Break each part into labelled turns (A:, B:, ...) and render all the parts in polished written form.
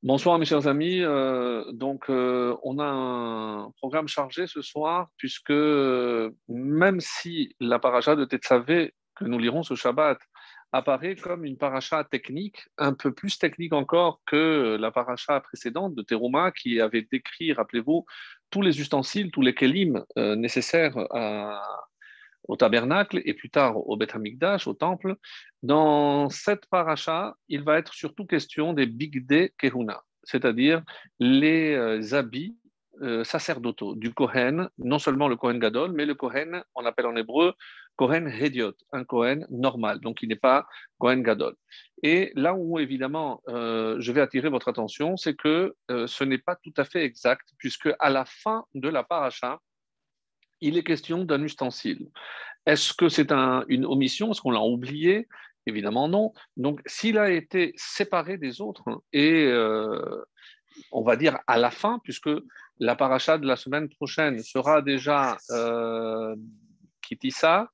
A: Bonsoir mes chers amis. On a un programme chargé ce soir puisque même si la paracha de Tetzavé que nous lirons ce Shabbat apparaît comme une paracha technique, un peu plus technique encore que la paracha précédente de Teruma qui avait décrit, rappelez-vous, tous les ustensiles, tous les kelim nécessaires au tabernacle et plus tard au Beth Amikdash, au temple. Dans cette paracha, il va être surtout question des bigdei kehuna, c'est-à-dire les habits sacerdotaux du Kohen, non seulement le Kohen Gadol, mais le Kohen, on appelle en hébreu Kohen Hediot, un Kohen normal, donc il n'est pas Kohen Gadol. Et là où évidemment je vais attirer votre attention, c'est que ce n'est pas tout à fait exact, puisque à la fin de la paracha, il est question d'un ustensile. Est-ce que c'est une omission? Est-ce qu'on l'a oublié? Évidemment non. Donc, s'il a été séparé des autres, et on va dire à la fin, puisque la paracha de la semaine prochaine sera déjà Kitissa,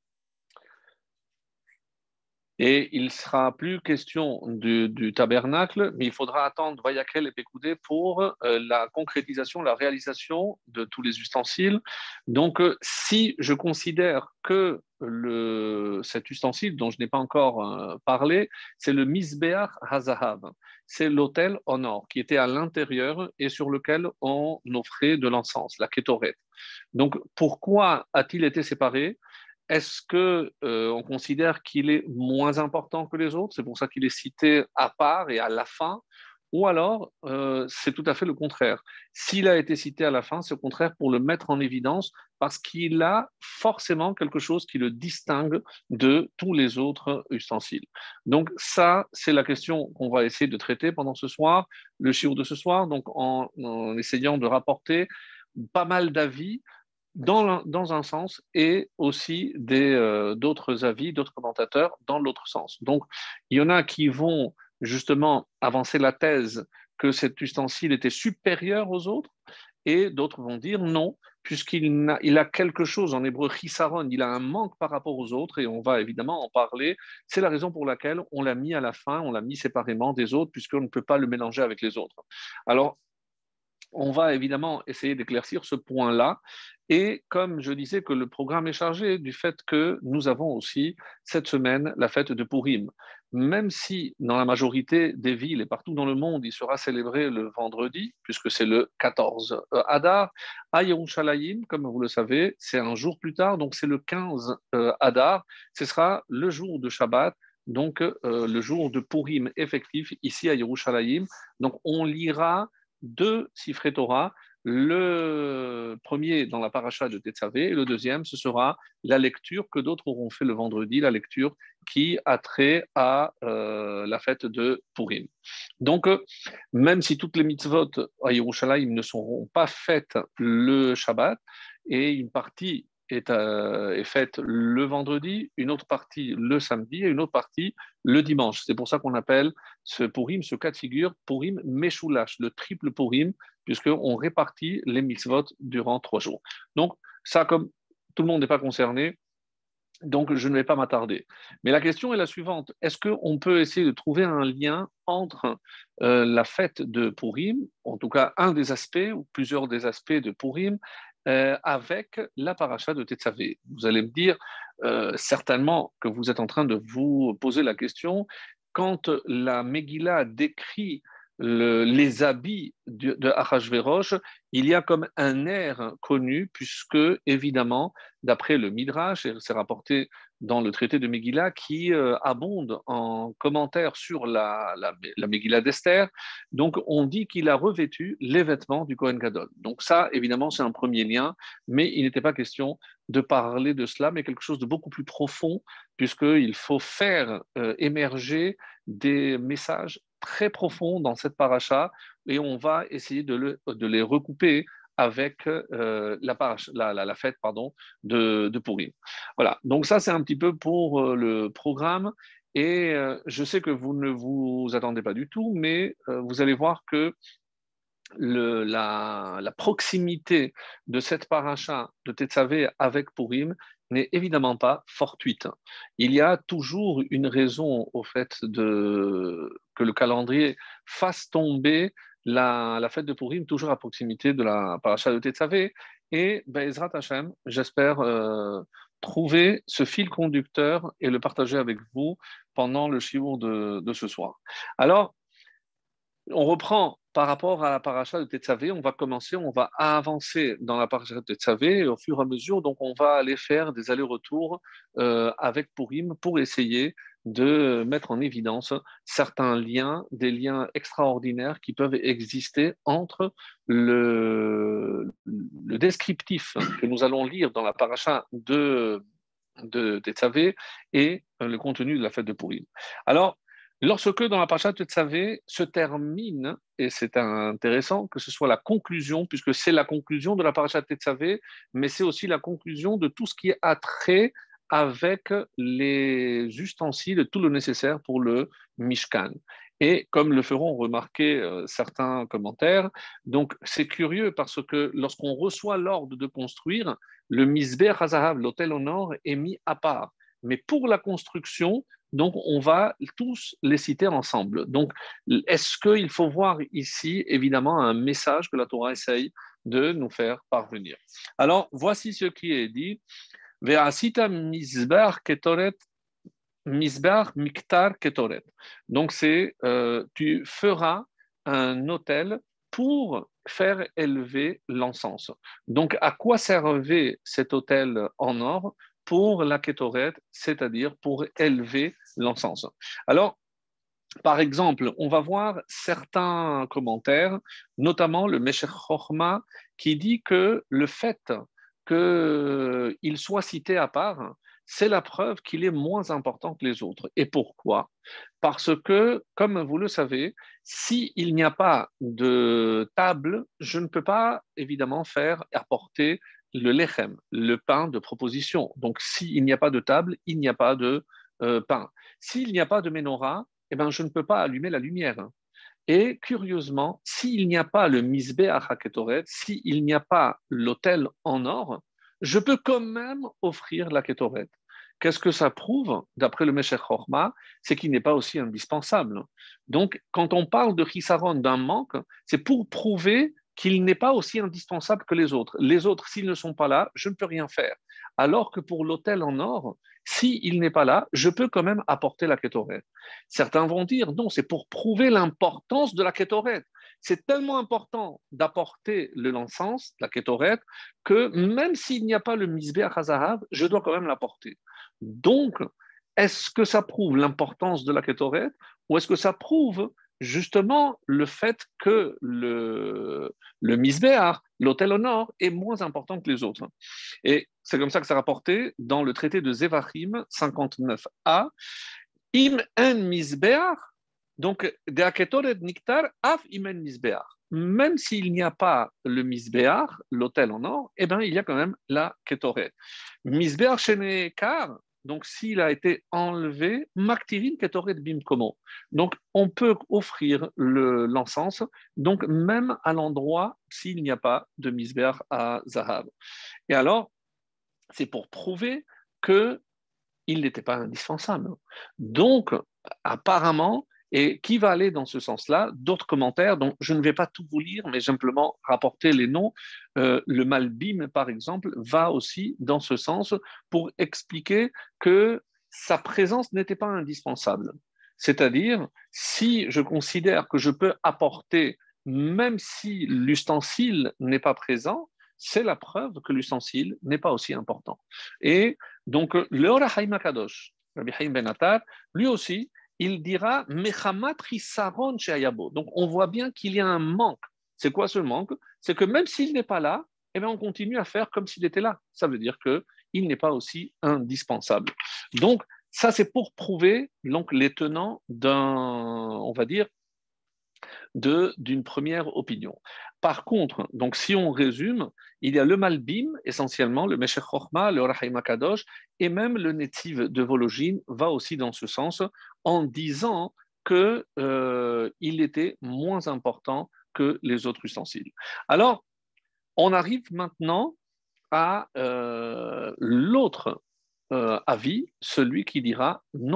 A: et il ne sera plus question du tabernacle, mais il faudra attendre Vayakel et Pécoudé pour la concrétisation, la réalisation de tous les ustensiles. Donc, si je considère que cet ustensile dont je n'ai pas encore parlé, c'est le Misbeach Hazahav, c'est l'autel en or qui était à l'intérieur et sur lequel on offrait de l'encens, la Kétoret. Donc, pourquoi a-t-il été séparé? Est-ce que on considère qu'il est moins important que les autres? C'est pour ça qu'il est cité à part et à la fin. Ou alors, c'est tout à fait le contraire. S'il a été cité à la fin, c'est au contraire pour le mettre en évidence parce qu'il a forcément quelque chose qui le distingue de tous les autres ustensiles. Donc ça, c'est la question qu'on va essayer de traiter pendant ce soir, le shiur de ce soir, donc en essayant de rapporter pas mal d'avis dans un sens et aussi d'autres avis, d'autres commentateurs dans l'autre sens. Donc, il y en a qui vont justement avancer la thèse que cet ustensile était supérieur aux autres et d'autres vont dire non, il a quelque chose en hébreu, chisaron, il a un manque par rapport aux autres et on va évidemment en parler. C'est la raison pour laquelle on l'a mis à la fin, on l'a mis séparément des autres puisqu'on ne peut pas le mélanger avec les autres. Alors, on va évidemment essayer d'éclaircir ce point-là. Et comme je disais que le programme est chargé du fait que nous avons aussi cette semaine la fête de Purim. Même si dans la majorité des villes et partout dans le monde, il sera célébré le vendredi, puisque c'est le 14 Adar, à Yerushalayim, comme vous le savez, c'est un jour plus tard, donc c'est le 15 Adar, ce sera le jour de Shabbat, donc le jour de Purim effectif ici à Yerushalayim. Donc on lira deux Sifrei Torah. Le premier dans la paracha de Tetzavé et le deuxième, ce sera la lecture que d'autres auront fait le vendredi, la lecture qui a trait à la fête de Purim. Donc, même si toutes les mitzvot à Yerushalayim ne seront pas faites le Shabbat, et une partie est faite le vendredi, une autre partie le samedi et une autre partie le dimanche. C'est pour ça qu'on appelle ce Purim, ce cas de figure, Purim Meshulash, le triple Purim, puisqu'on répartit les mitzvot durant 3 jours. Donc, ça, comme tout le monde n'est pas concerné, donc je ne vais pas m'attarder. Mais la question est la suivante. Est-ce qu'on peut essayer de trouver un lien entre la fête de Purim, en tout cas un des aspects ou plusieurs des aspects de Purim, avec la paracha de Tetzavé? Vous allez me dire certainement que vous êtes en train de vous poser la question quand la Megillah décrit les habits de Achashverosh, il y a comme un air connu, puisque, évidemment, d'après le Midrash, et c'est rapporté dans le traité de Megillah, qui abonde en commentaires sur la Megillah d'Esther, donc on dit qu'il a revêtu les vêtements du Kohen Gadol. Donc ça, évidemment, c'est un premier lien, mais il n'était pas question de parler de cela, mais quelque chose de beaucoup plus profond, puisqu'il faut faire émerger des messages très profonds dans cette paracha et on va essayer de les recouper avec la fête de Purim. Voilà, donc ça c'est un petit peu pour le programme et je sais que vous ne vous attendez pas du tout, mais vous allez voir que la proximité de cette paracha de Tetzavé avec Purim n'est évidemment pas fortuite. Il y a toujours une raison au fait que le calendrier fasse tomber la fête de Purim, toujours à proximité de la paracha de Tetzavé. Et Be'ezrat Hashem, j'espère trouver ce fil conducteur et le partager avec vous pendant le shiur de ce soir. Alors, on reprend par rapport à la paracha de Tetzavé, on va commencer, on va avancer dans la paracha de Tetzavé et au fur et à mesure, donc on va aller faire des allers-retours avec Purim pour essayer de mettre en évidence certains liens, des liens extraordinaires qui peuvent exister entre le descriptif que nous allons lire dans la paracha de Tetzavé et le contenu de la fête de Purim. Alors, lorsque dans la paracha de Tetzavé se termine, et c'est intéressant que ce soit la conclusion, puisque c'est la conclusion de la paracha de Tetzavé, mais c'est aussi la conclusion de tout ce qui a trait avec les ustensiles, tout le nécessaire pour le Mishkan. Et comme le feront remarquer certains commentaires, donc c'est curieux parce que lorsqu'on reçoit l'ordre de construire, le Misber Hazahav, l'autel au nord, est mis à part. Mais pour la construction, donc on va tous les citer ensemble. Donc, est-ce qu'il faut voir ici, évidemment, un message que la Torah essaye de nous faire parvenir? Alors, voici ce qui est dit. Ve'asita misbar ketoret, misbar miktar ketoret. Donc, c'est tu feras un autel pour faire élever l'encens. Donc, à quoi servait cet autel en or? Pour la kétoret, c'est-à-dire pour élever l'encens. Alors, par exemple, on va voir certains commentaires, notamment le Meshech Chochma, qui dit que le fait qu'il soit cité à part, c'est la preuve qu'il est moins important que les autres. Et pourquoi? Parce que, comme vous le savez, s'il n'y a pas de table, je ne peux pas évidemment faire apporter le lechem, le pain de proposition. Donc, s'il n'y a pas de table, il n'y a pas de pain. S'il n'y a pas de menorah, eh ben, je ne peux pas allumer la lumière. Et curieusement, s'il n'y a pas le misbeach haketoret, s'il n'y a pas l'autel en or, je peux quand même offrir la ketoret. Qu'est-ce que ça prouve, d'après le Meshech Chochma? C'est qu'il n'est pas aussi indispensable. Donc, quand on parle de chisaron, d'un manque, c'est pour prouver qu'il n'est pas aussi indispensable que les autres. Les autres, s'ils ne sont pas là, je ne peux rien faire. Alors que pour l'autel en or, s'il n'est pas là, je peux quand même apporter la kétoret. Certains vont dire, non, c'est pour prouver l'importance de la kétoret. C'est tellement important d'apporter le l'encens, la kétoret, que même s'il n'y a pas le misbeach hazahav, je dois quand même l'apporter. Donc, est-ce que ça prouve l'importance de la kétoret ou est-ce que ça prouve justement le fait que le misbeach, l'autel au nord, est moins important que les autres? Et c'est comme ça que c'est rapporté dans le traité de Zevachim 59a. Im en misbeach, donc de aketoret niktar, af imen misbeach. Même s'il n'y a pas le misbeach, l'autel en or, eh ben, il y a quand même la ketoret. Misbeach shenekar, donc s'il a été enlevé, maktirin ketoret bimkomo. Donc on peut offrir l'encens, donc même à l'endroit s'il n'y a pas de misbeach à zahav. Et alors, c'est pour prouver que il n'était pas indispensable. Donc, apparemment, et qui va aller dans ce sens-là? D'autres commentaires, donc je ne vais pas tout vous lire, mais simplement rapporter les noms. Le Malbim, par exemple, va aussi dans ce sens pour expliquer que sa présence n'était pas indispensable. C'est-à-dire, si je considère que je peux apporter, même si l'ustensile n'est pas présent, c'est la preuve que l'ustensile n'est pas aussi important. Et donc, le Or HaChaim Kadosh, Rabbi Chaim Ben Attar, lui aussi, il dira Mechamat Chisaron Sheayabo. Donc, on voit bien qu'il y a un manque. C'est quoi ce manque? C'est que même s'il n'est pas là, eh bien, on continue à faire comme s'il était là. Ça veut dire qu'il n'est pas aussi indispensable. Donc, ça, c'est pour prouver donc, les tenants on va dire, d'une première opinion. Par contre, donc si on résume, il y a le Malbim, essentiellement, le Meshech Chochma, le Or HaChaim Kadosh, et même le Netziv de Vologine va aussi dans ce sens, en disant qu'il était moins important que les autres ustensiles. Alors, on arrive maintenant à l'autre avis, celui qui dira non.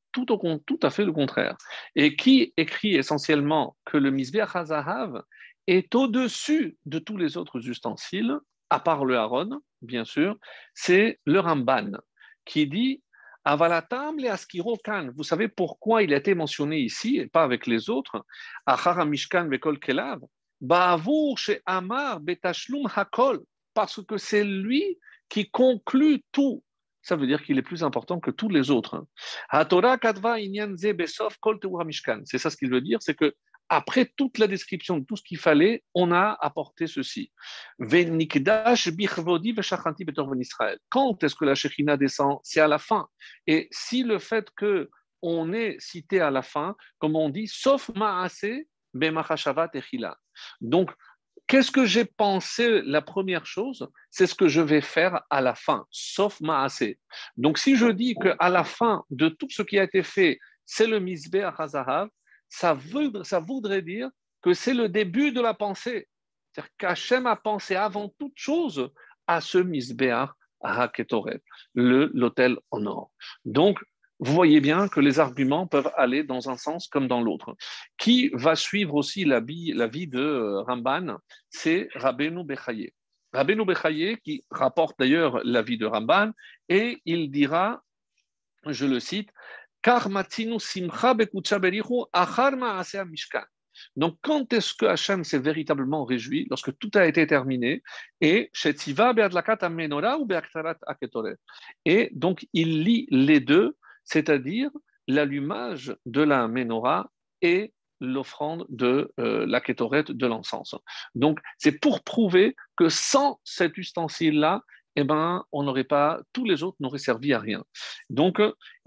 A: tout à fait le contraire. Et qui écrit essentiellement que le Mizbeach HaZahav est au-dessus de tous les autres ustensiles, à part le Aaron, bien sûr, c'est le Ramban, qui dit Avalatam le askiro kan. Vous savez pourquoi il a été mentionné ici et pas avec les autres Achara Mishkan vekol kelav Ba'avur she amar betashlum hakol. Parce que c'est lui qui conclut tout. Ça veut dire qu'il est plus important que tous les autres. HaTorah kadva inyan ze besof kol teura mishkan. C'est ça ce qu'il veut dire, c'est que après toute la description de tout ce qu'il fallait, on a apporté ceci. Venikdash bichvodi veshachanti betor ben Israël. Quand est-ce que la Shekhinah descend? C'est à la fin. Et si le fait que on est cité à la fin, comme on dit, sauf ma'ase bemachashavat echila. Donc, qu'est-ce que j'ai pensé la première chose? C'est ce que je vais faire à la fin, sauf Maasé. Donc, si je dis qu'à la fin de tout ce qui a été fait, c'est le Mizbeach HaZahav, ça voudrait dire que c'est le début de la pensée. C'est-à-dire qu'Hachem a pensé avant toute chose à ce Mizbeach HaKetoret, l'autel en or. Donc, vous voyez bien que les arguments peuvent aller dans un sens comme dans l'autre. Qui va suivre aussi la vie de Ramban? C'est Rabbeinu Bechaye. Rabbeinu Bechaye qui rapporte d'ailleurs la vie de Ramban et il dira, je le cite, Car matzinu simcha bekutcha berichu achar ma'aseh mishkan. Donc, quand est-ce que Hachem s'est véritablement réjoui? Lorsque tout a été terminé. Et Shetziva be'adlakat hamenora ou be'aktarat haketoret. Et donc, il lit les deux, c'est-à-dire l'allumage de la menorah et l'offrande de la kétoret de l'encens. Donc, c'est pour prouver que sans cet ustensile-là, eh ben, on n'aurait pas, tous les autres n'auraient servi à rien. Donc,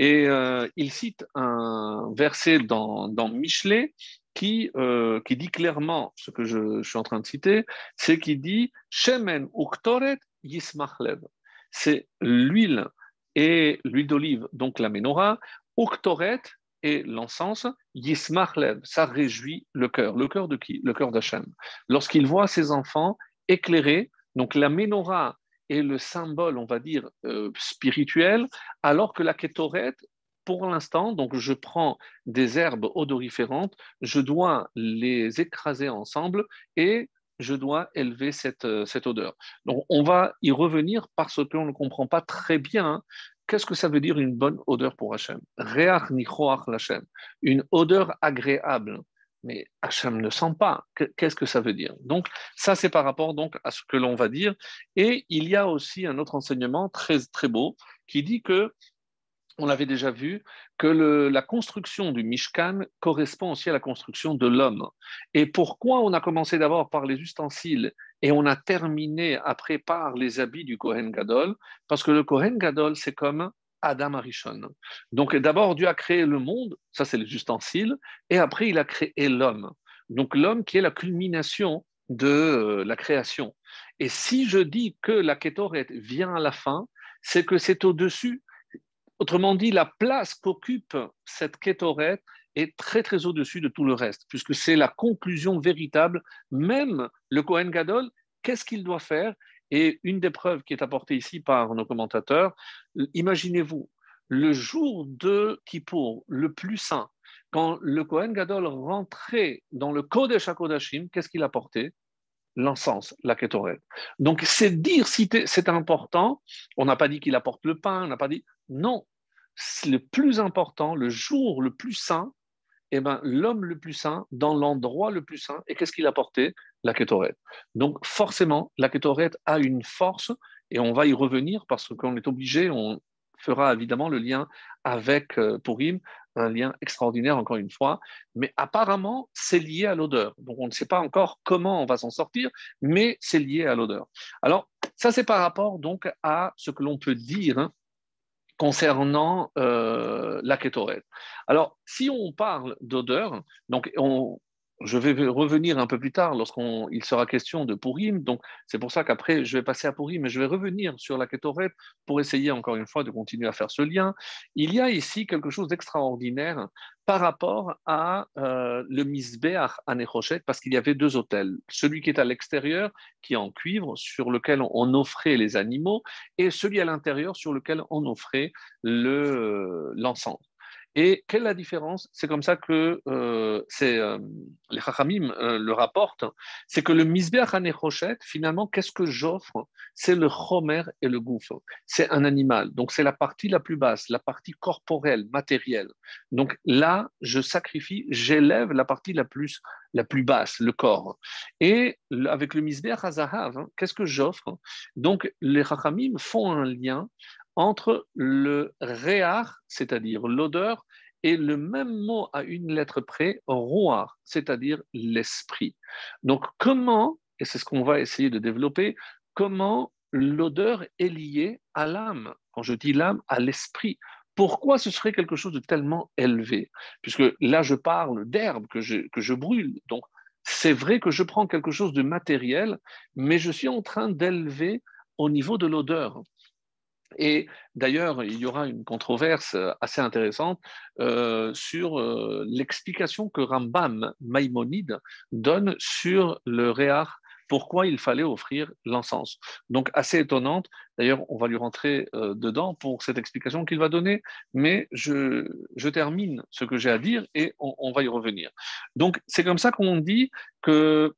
A: il cite un verset dans Michelet qui dit clairement ce que je suis en train de citer, c'est qui dit Shemen uktoret yismachlev. C'est l'huile et l'huile d'olive, donc la menorah, uktoret et l'encens, yismachlev, ça réjouit le cœur. Le cœur de qui? Le cœur d'Hachem. Lorsqu'il voit ses enfants éclairés, donc la menorah est le symbole, on va dire, spirituel, alors que la kétoret, pour l'instant, donc je prends des herbes odoriférantes, je dois les écraser ensemble et je dois élever cette odeur. Donc on va y revenir parce qu'on ne comprend pas très bien qu'est-ce que ça veut dire une bonne odeur pour Hachem. Reach nichoach l'Hachem, une odeur agréable. Mais Hachem ne sent pas. Qu'est-ce que ça veut dire? Donc, ça, c'est par rapport donc, à ce que l'on va dire. Et il y a aussi un autre enseignement très, très beau qui dit que on l'avait déjà vu, que la construction du Mishkan correspond aussi à la construction de l'homme. Et pourquoi on a commencé d'abord par les ustensiles et on a terminé après par les habits du Kohen Gadol? Parce que le Kohen Gadol, c'est comme Adam Arishon. Donc d'abord, Dieu a créé le monde, ça c'est les ustensiles, et après il a créé l'homme. Donc l'homme qui est la culmination de la création. Et si je dis que la Kétoret vient à la fin, c'est que c'est au-dessus. Autrement dit, la place qu'occupe cette kétoret est très très au-dessus de tout le reste, puisque c'est la conclusion véritable. Même le Kohen Gadol, qu'est-ce qu'il doit faire? Et une des preuves qui est apportée ici par nos commentateurs, imaginez-vous, le jour de Kippour, le plus saint, quand le Kohen Gadol rentrait dans le Kodesh HaKodashim, qu'est-ce qu'il apportait? L'encens, la kétoret. Donc, c'est dire si c'est important. On n'a pas dit qu'il apporte le pain, on n'a pas dit. Non, le plus important, le jour le plus saint, eh ben, l'homme le plus saint, dans l'endroit le plus saint, et qu'est-ce qu'il a porté? La kétoret. Donc forcément, la kétoret a une force, et on va y revenir parce qu'on est obligé, on fera évidemment le lien avec Purim, un lien extraordinaire encore une fois, mais apparemment c'est lié à l'odeur. Donc on ne sait pas encore comment on va s'en sortir, mais c'est lié à l'odeur. Alors ça c'est par rapport donc à ce que l'on peut dire concernant la kétoret. Alors, si on parle d'odeur, donc je vais revenir un peu plus tard lorsqu'il sera question de Purim, donc c'est pour ça qu'après je vais passer à Purim, mais je vais revenir sur la kétoret pour essayer encore une fois de continuer à faire ce lien. Il y a ici quelque chose d'extraordinaire par rapport à le Misbeach à Nechoshet, parce qu'il y avait deux autels. Celui qui est à l'extérieur, qui est en cuivre, sur lequel on offrait les animaux, et celui à l'intérieur sur lequel on offrait l'encens. Et quelle est la différence? C'est comme ça que les Chachamim le rapportent. C'est que le Misbeach HaNechoshet, finalement, qu'est-ce que j'offre? C'est le Chomer et le Gouf. C'est un animal. Donc, c'est la partie la plus basse, la partie corporelle, matérielle. Donc, là, je sacrifie, j'élève la partie la plus basse, le corps. Et avec le Misbeach HaZahav, qu'est-ce que j'offre? Donc, les Chachamim font un lien entre le réar, c'est-à-dire l'odeur, et le même mot à une lettre près, roar, c'est-à-dire l'esprit. Donc, comment, et c'est ce qu'on va essayer de développer, comment l'odeur est liée à l'âme. Quand je dis l'âme, à l'esprit. Pourquoi ce serait quelque chose de tellement élevé? Puisque là, je parle d'herbe que je brûle. Donc, c'est vrai que je prends quelque chose de matériel, mais je suis en train d'élever au niveau de l'odeur. Et d'ailleurs, il y aura une controverse assez intéressante sur l'explication que Rambam Maïmonide donne sur le réar, pourquoi il fallait offrir l'encens. Donc, assez étonnante. D'ailleurs, on va lui rentrer dedans pour cette explication qu'il va donner, mais je termine ce que j'ai à dire et on va y revenir. Donc, c'est comme ça qu'on dit que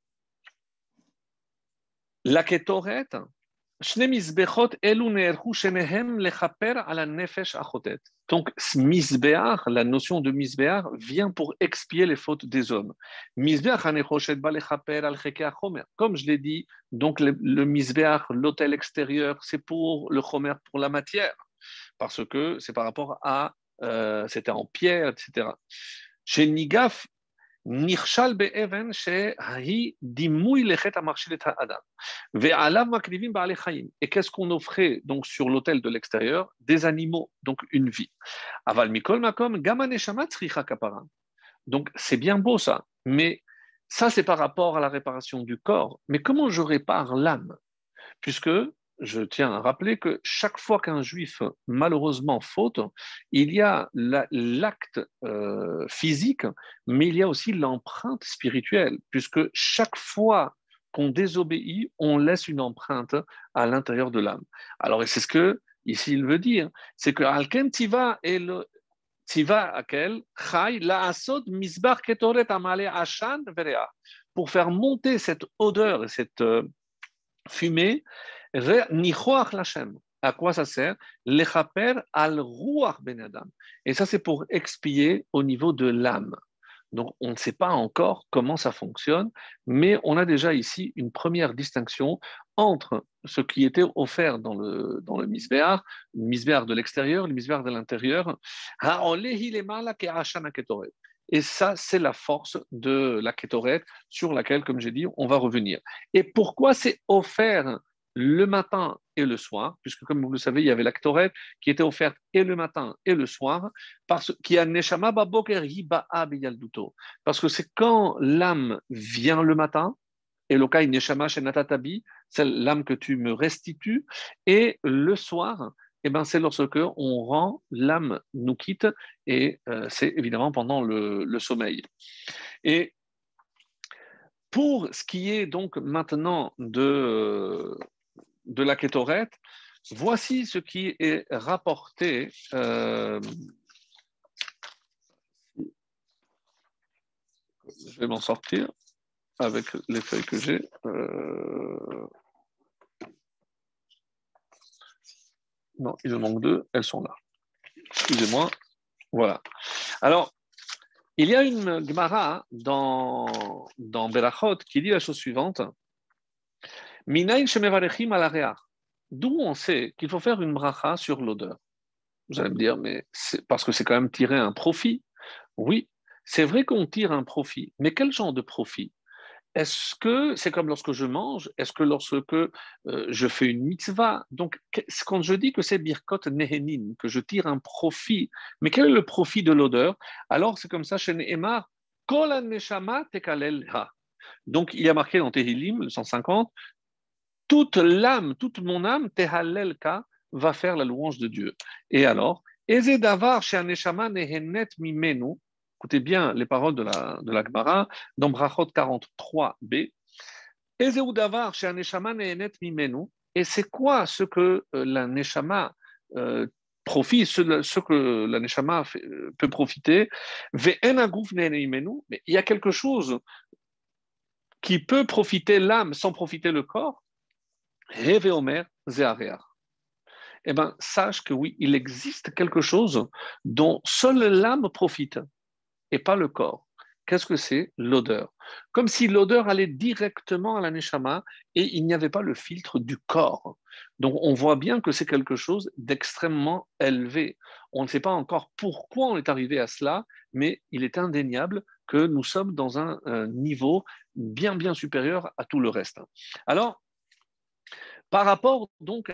A: la kétorette, שני מזבחות אלו נערכו שניהם לכפר על הנפש החוטאת. Donc, misbéach, la notion de misbéach vient pour expier les fautes des hommes. Misbéach hanechoshet ba lechaper al cheke hachomer. Comme je l'ai dit, donc le misbéach, l'autel extérieur, c'est pour le chomer, pour la matière, parce que c'est par rapport à, c'était en pierre, etc. Chez Nigaf, נכשל באבן שהיא דימוי לחטא המכשיל את האדם. ועליו מקריבים בעלי חיים. Et qu'est-ce qu'on offrait donc sur l'autel de l'extérieur? Des animaux, donc une vie. אבל מכל מקום, גם הנשמה צריכה כפרה. Donc c'est bien beau ça, mais ça c'est par rapport à la réparation du corps. Mais comment je répare l'âme? Puisque je tiens à rappeler que chaque fois qu'un juif malheureusement faute, il y a l'acte physique, mais il y a aussi l'empreinte spirituelle, puisque chaque fois qu'on désobéit, on laisse une empreinte à l'intérieur de l'âme. Alors, et c'est ce que ici il veut dire, c'est que Alken Tiva est le Tiva Akel, Chai, la Asod, Misbar Ketoret Amale Ashan Verea, pour faire monter cette odeur et cette fumée, nichoach lachem. À quoi ça sert? Lechaper al ruach ben adam. Et ça, c'est pour expier au niveau de l'âme. Donc, on ne sait pas encore comment ça fonctionne, mais on a déjà ici une première distinction entre ce qui était offert dans le misbéar de l'extérieur, le misbéar de l'intérieur. Et ça, c'est la force de la kétoret sur laquelle, comme j'ai dit, on va revenir. Et pourquoi c'est offert le matin et le soir, puisque comme vous le savez, il y avait la kétoret qui était offerte et le matin et le soir, parce qu'il y a neshama baboker hiba'a biyalduto. Parce que c'est quand l'âme vient le matin, et lokai neshama shenatatabi, c'est l'âme que tu me restitues, et le soir, eh ben, c'est lorsque on rend l'âme nous quitte, et c'est évidemment pendant le sommeil. Et pour ce qui est donc maintenant de la kétorette, voici ce qui est rapporté. Je vais m'en sortir avec les feuilles que j'ai. Non, il en manque deux, elles sont là. Excusez-moi. Voilà. Alors, il y a une Gemara dans Berachot qui dit la chose suivante. Minayin shemevarechim al hareach. D'où on sait qu'il faut faire une bracha sur l'odeur. Vous allez me dire, mais c'est parce que c'est quand même tirer un profit. Oui, c'est vrai qu'on tire un profit, mais quel genre de profit? Est-ce que c'est comme lorsque je mange? Est-ce que lorsque je fais une mitzvah? Donc, quand je dis que c'est birkot nehenin, que je tire un profit, mais quel est le profit de l'odeur? Alors, c'est comme ça chez Nehemar, kol neshama tekalel ha. Donc, il y a marqué dans Tehillim, le 150, toute l'âme, toute mon âme, tehalelka, va faire la louange de Dieu. Et alors, eze davar she'aneshama nehenet mimenu. Écoutez bien les paroles de la Gemara dans Brachot 43b. Eze davar she'aneshama nehenet mimenu. Et c'est quoi ce que la neshama profit, ce que la Neshama peut profiter. Mais il y a quelque chose qui peut profiter l'âme sans profiter le corps. Rêve Omer, Zéaréar. Eh bien, sache que oui, il existe quelque chose dont seule l'âme profite et pas le corps. Qu'est-ce que c'est? L'odeur. Comme si l'odeur allait directement à la neshama et il n'y avait pas le filtre du corps. Donc on voit bien que c'est quelque chose d'extrêmement élevé. On ne sait pas encore pourquoi on est arrivé à cela, mais il est indéniable que nous sommes dans un niveau bien supérieur à tout le reste. Alors, par rapport donc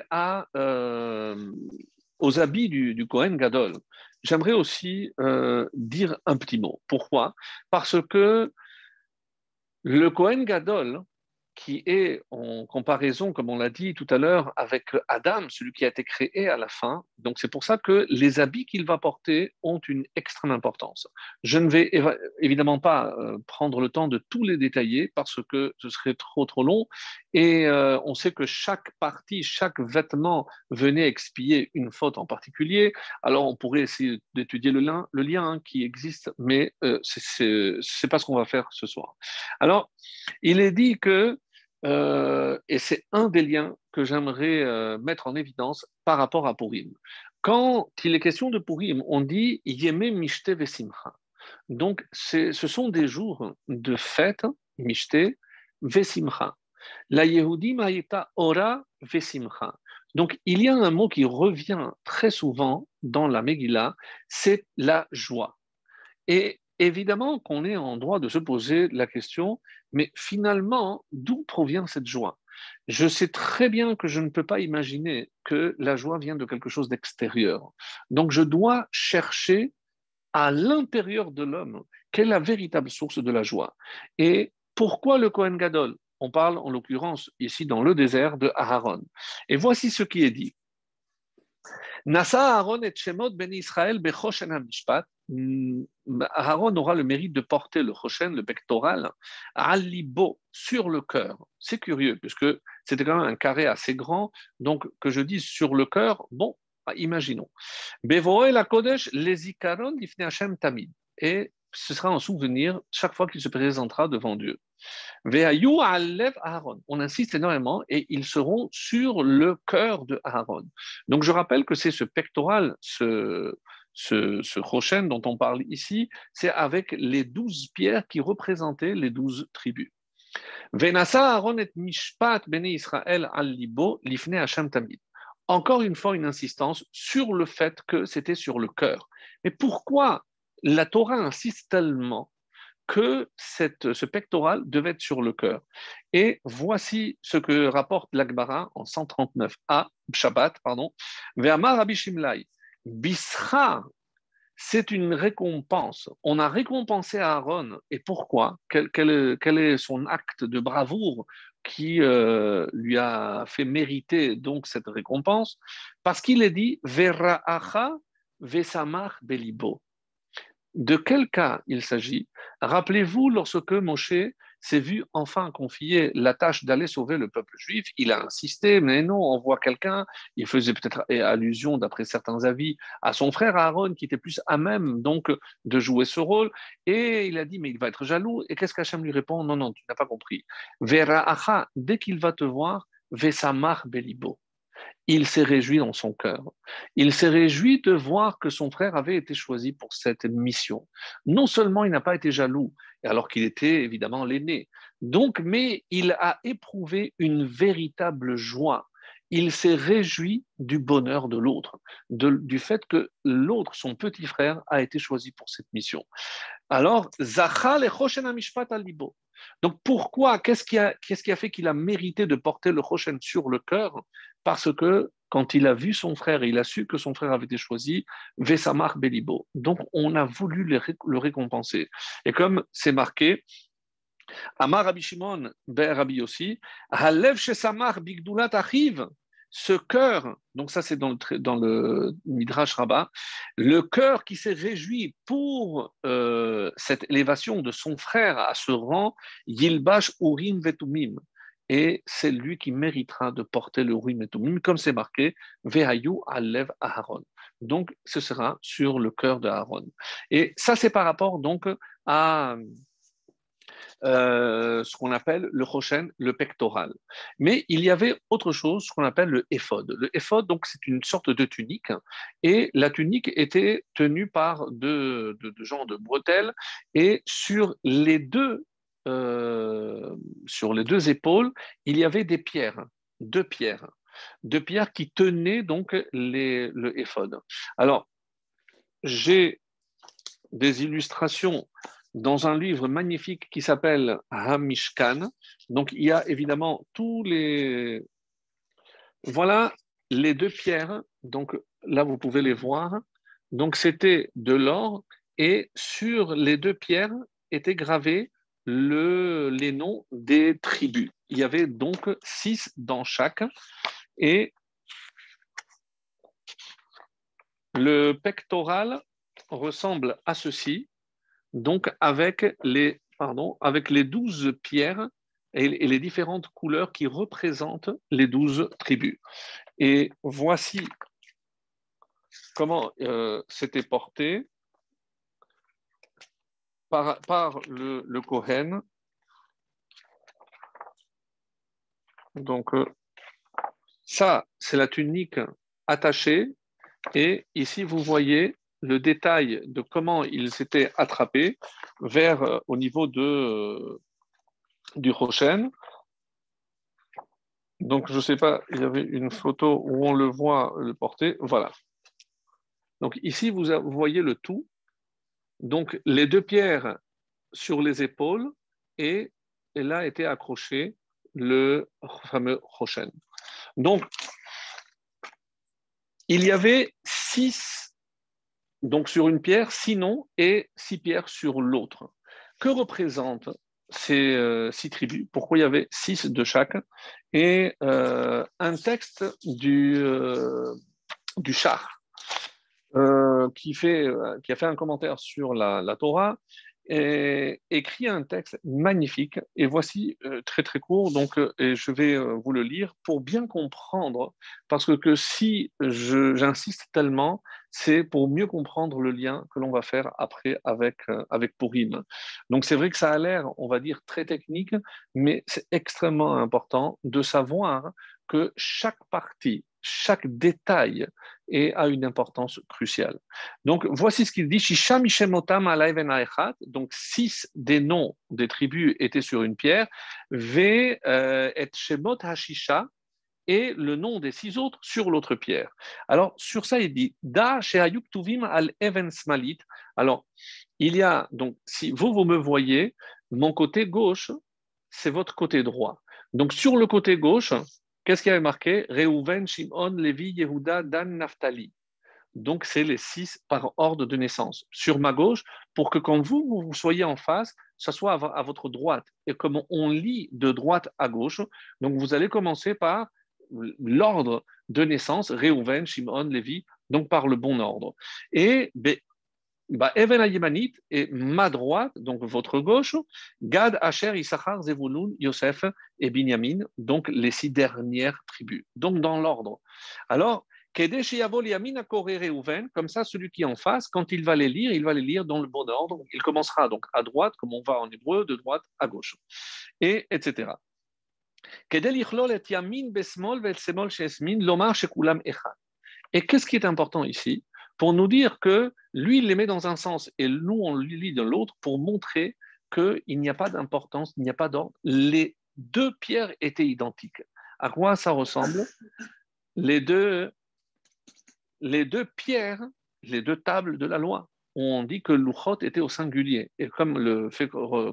A: aux habits du Kohen Gadol, j'aimerais aussi dire un petit mot. Pourquoi? Parce que le Kohen Gadol, qui est en comparaison, comme on l'a dit tout à l'heure, avec Adam, celui qui a été créé à la fin. Donc c'est pour ça que les habits qu'il va porter ont une extrême importance. Je ne vais évidemment pas prendre le temps de tous les détailler parce que ce serait trop long. Et on sait que chaque partie, chaque vêtement venait expier une faute en particulier. Alors on pourrait essayer d'étudier le lien qui existe, mais c'est pas ce qu'on va faire ce soir. Alors, il est dit que, et c'est un des liens que j'aimerais mettre en évidence par rapport à Purim. Quand il est question de Purim, on dit Yeme Mishte Vesimcha. Donc, ce sont des jours de fête, Mishte Vesimcha. La Yehudi Maïta Ora Vesimcha. Donc, il y a un mot qui revient très souvent dans la Megillah, c'est la joie. Et évidemment qu'on est en droit de se poser la question, mais finalement, d'où provient cette joie? Je sais très bien que je ne peux pas imaginer que la joie vient de quelque chose d'extérieur. Donc je dois chercher à l'intérieur de l'homme quelle est la véritable source de la joie. Et pourquoi le Kohen Gadol? On parle en l'occurrence ici dans le désert de Aharon. Et voici ce qui est dit. Nasa Aaron et Shemot ben Israël bechoshen hamishpat. Aaron aura le mérite de porter le choshen, le pectoral, à libo, sur le cœur. C'est curieux, puisque c'était quand même un carré assez grand, donc que je dise sur le cœur, bon, imaginons. Bevoe la kodesh les ikaron lifnei Hashem tamid. Et ce sera un souvenir chaque fois qu'il se présentera devant Dieu. Vehayu alev Aaron. On insiste énormément et ils seront sur le cœur de Aaron. Donc je rappelle que c'est ce pectoral, ce rochen dont on parle ici, c'est avec les 12 pierres qui représentaient les 12 tribus. Venasa Aaron et mishpat bene Israël al libo lifne Hashem tamid. Encore une fois, une insistance sur le fait que c'était sur le cœur. Mais pourquoi la Torah insiste tellement que ce pectoral devait être sur le cœur? Et voici ce que rapporte l'Agmara en 139a, Shabbat, pardon. Ve'amar Rabbi Shimlai, Bisra, c'est une récompense. On a récompensé Aaron. Et pourquoi? Quel est son acte de bravoure qui lui a fait mériter donc cette récompense? Parce qu'il est dit Vera'acha vesamach belibo. De quel cas il s'agit? Rappelez-vous, lorsque Moshe s'est vu enfin confier la tâche d'aller sauver le peuple juif, il a insisté, mais non, on voit quelqu'un. Il faisait peut-être allusion, d'après certains avis, à son frère Aaron, qui était plus à même donc de jouer ce rôle. Et il a dit, mais il va être jaloux. Et qu'est-ce qu'Hachem lui répond? Non, non, tu n'as pas compris. Vera'acha, dès qu'il va te voir, vesamach belibo. Il s'est réjoui dans son cœur. Il s'est réjoui de voir que son frère avait été choisi pour cette mission. Non seulement il n'a pas été jaloux, alors qu'il était évidemment l'aîné, donc, mais il a éprouvé une véritable joie. Il s'est réjoui du bonheur de l'autre, du fait que l'autre, son petit frère, a été choisi pour cette mission. Alors, Zachal et Choshen Amishpat Alibo. Donc pourquoi, qu'est-ce qui a fait qu'il a mérité de porter le Choshen sur le cœur? Parce que quand il a vu son frère, il a su que son frère avait été choisi, Vesamach Belibo. Donc on a voulu le récompenser. Et comme c'est marqué, Amar Rabbi Shimon ben Rabbi Yossi, Halev Shesamach Bigdulat Achiv, ce cœur, donc ça c'est dans le Midrash Rabbah, le cœur qui s'est réjoui pour cette élévation de son frère à ce rang, Yilbash Urim Vetumim. Et c'est lui qui méritera de porter le Urim et Tumim, comme c'est marqué, Vehayu Alev Aharon. donc ce sera sur le cœur de Aaron. Et ça, c'est par rapport donc à ce qu'on appelle le Choshen, le pectoral. Mais il y avait autre chose, ce qu'on appelle le éphod. Le éphod, donc, c'est une sorte de tunique, et la tunique était tenue par deux genres de bretelles, et sur les deux épaules, il y avait des pierres, deux pierres, deux pierres qui tenaient donc le éphod. Alors, j'ai des illustrations dans un livre magnifique qui s'appelle Hamishkan. Donc, il y a évidemment tous les. Voilà les deux pierres. Donc, là, vous pouvez les voir. Donc, c'était de l'or et sur les deux pierres étaient gravés les noms des tribus. Il y avait donc 6 dans chaque. Et le pectoral ressemble à ceci. Donc, avec les 12 pierres et les différentes couleurs qui représentent les 12 tribus. Et voici comment c'était porté par le Kohen. Donc, ça, c'est la tunique attachée. Et ici, vous voyez le détail de comment il s'était attrapé au niveau du Rochen. Donc, je ne sais pas, il y avait une photo où on le voit le porter. Voilà. Donc, ici, vous voyez le tout. Donc, les deux pierres sur les épaules et là était accroché le fameux Rochen. Donc, il y avait 6 donc sur une pierre, 6 noms et 6 pierres sur l'autre. Que représentent ces 6 tribus? Pourquoi il y avait 6 de chaque? Et un texte du Char qui a fait un commentaire sur la Torah et écrit un texte magnifique. Et voici très très court, donc et je vais vous le lire pour bien comprendre, parce que si j'insiste tellement, c'est pour mieux comprendre le lien que l'on va faire après avec Purim. Donc c'est vrai que ça a l'air, on va dire, très technique, mais c'est extrêmement important de savoir que chaque partie, chaque détail a une importance cruciale. Donc, voici ce qu'il dit. Shisham Ishemotam ala even ha'echad. Donc, 6 des noms des tribus étaient sur une pierre. Ve et Shemot hashisha et le nom des 6 autres sur l'autre pierre. Alors, sur ça, il dit Da she'ayuk tuvim al even smalit. Alors, il y a, donc, si vous me voyez, mon côté gauche, c'est votre côté droit. Donc, sur le côté gauche, qu'est-ce qu'il y avait marqué? Reuven, Shimon, Lévi, Yehuda, Dan, Naphtali. Donc, c'est les 6 par ordre de naissance. Sur ma gauche, pour que quand vous soyez en face, ça soit à votre droite. Et comme on lit de droite à gauche, donc vous allez commencer par l'ordre de naissance, Reuven, Shimon, Lévi, donc par le bon ordre. Et Even Ayemanit et ma droite, donc votre gauche, Gad, Asher, Issachar, Zevulun, Yosef et Binyamin, donc les 6 dernières tribus, donc dans l'ordre. Alors, comme ça, celui qui est en face, quand il va les lire dans le bon ordre. Il commencera donc à droite, comme on va en hébreu, de droite à gauche, et etc. Et qu'est-ce qui est important ici? Pour nous dire que lui, il les met dans un sens et nous, on le lit dans l'autre pour montrer qu'il n'y a pas d'importance, il n'y a pas d'ordre. Les 2 pierres étaient identiques. À quoi ça ressemble? Les deux pierres, les 2 tables de la loi. On dit que l'Uchot était au singulier. Et comme le fait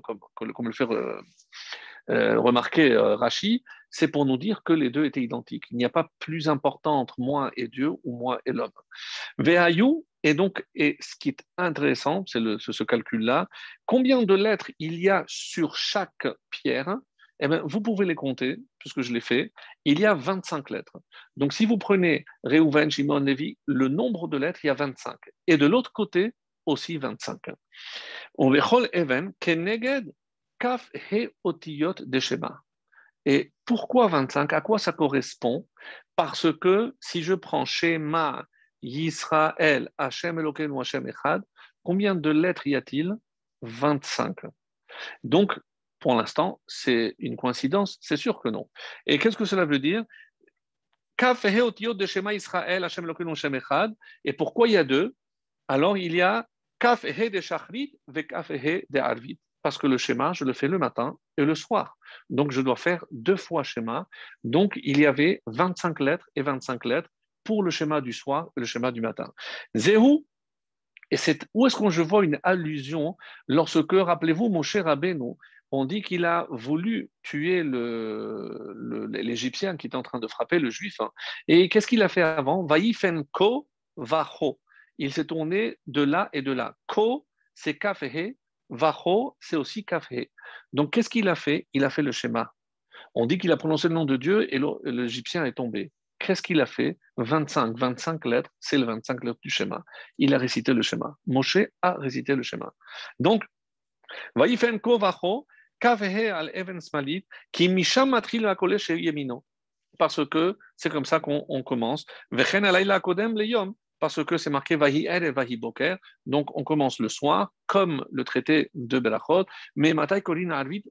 A: remarquer Rashi, c'est pour nous dire que les 2 étaient identiques. Il n'y a pas plus important entre moi et Dieu ou moi et l'homme. Vehayu, et ce qui est intéressant, c'est ce calcul-là, combien de lettres il y a sur chaque pierre? Eh bien, vous pouvez les compter, puisque je l'ai fait. Il y a 25 lettres. Donc, si vous prenez Reuven, Shimon, Lévi, le nombre de lettres, il y a 25. Et de l'autre côté, aussi 25. On vechol even keneged kaf he otiyot de Shema. Et pourquoi 25? À quoi ça correspond? Parce que si je prends Shema Yisraël, Hashem Elokeinu, Hashem Echad. Combien de lettres y a-t-il? 25. Donc, pour l'instant, c'est une coïncidence? C'est sûr que non. Et qu'est-ce que cela veut dire? Kaf He Otiot de Shema Israël, Hashem Elokeinu, Hashem Echad. Et pourquoi il y a deux? Alors, il y a Kaf He de Shachrit ve Kaf He de Arvit. Parce que le schéma, je le fais le matin et le soir. Donc, je dois faire 2 fois schéma. Donc, il y avait 25 lettres et 25 lettres pour le schéma du soir et le schéma du matin. Zéhou, et c'est où est-ce que je vois une allusion lorsque, rappelez-vous, mon cher Rabbeinu, on dit qu'il a voulu tuer l'Égyptien qui est en train de frapper le Juif. Hein. Et qu'est-ce qu'il a fait avant? Vaïfen ko vaho. Il s'est tourné de là et de là. Ko, c'est kafehe. Vaho, c'est aussi kafehe. Donc, qu'est-ce qu'il a fait? Il a fait le schéma. On dit qu'il a prononcé le nom de Dieu et l'Égyptien est tombé. Qu'est-ce qu'il a fait? 25 lettres, c'est le 25 lettres du schéma. Il a récité le schéma. Moshe a récité le schéma. Donc, Vaïfen ko vaho, kavehe al even smalit, ki misham matril akole she yemino. Parce que c'est comme ça qu'on commence. Vechen alayla kodem leyom, parce que c'est marqué Vahi Er et Vahi Boker. Donc, on commence le soir, comme le traité de Berachot, mais Matai Korina Arvit,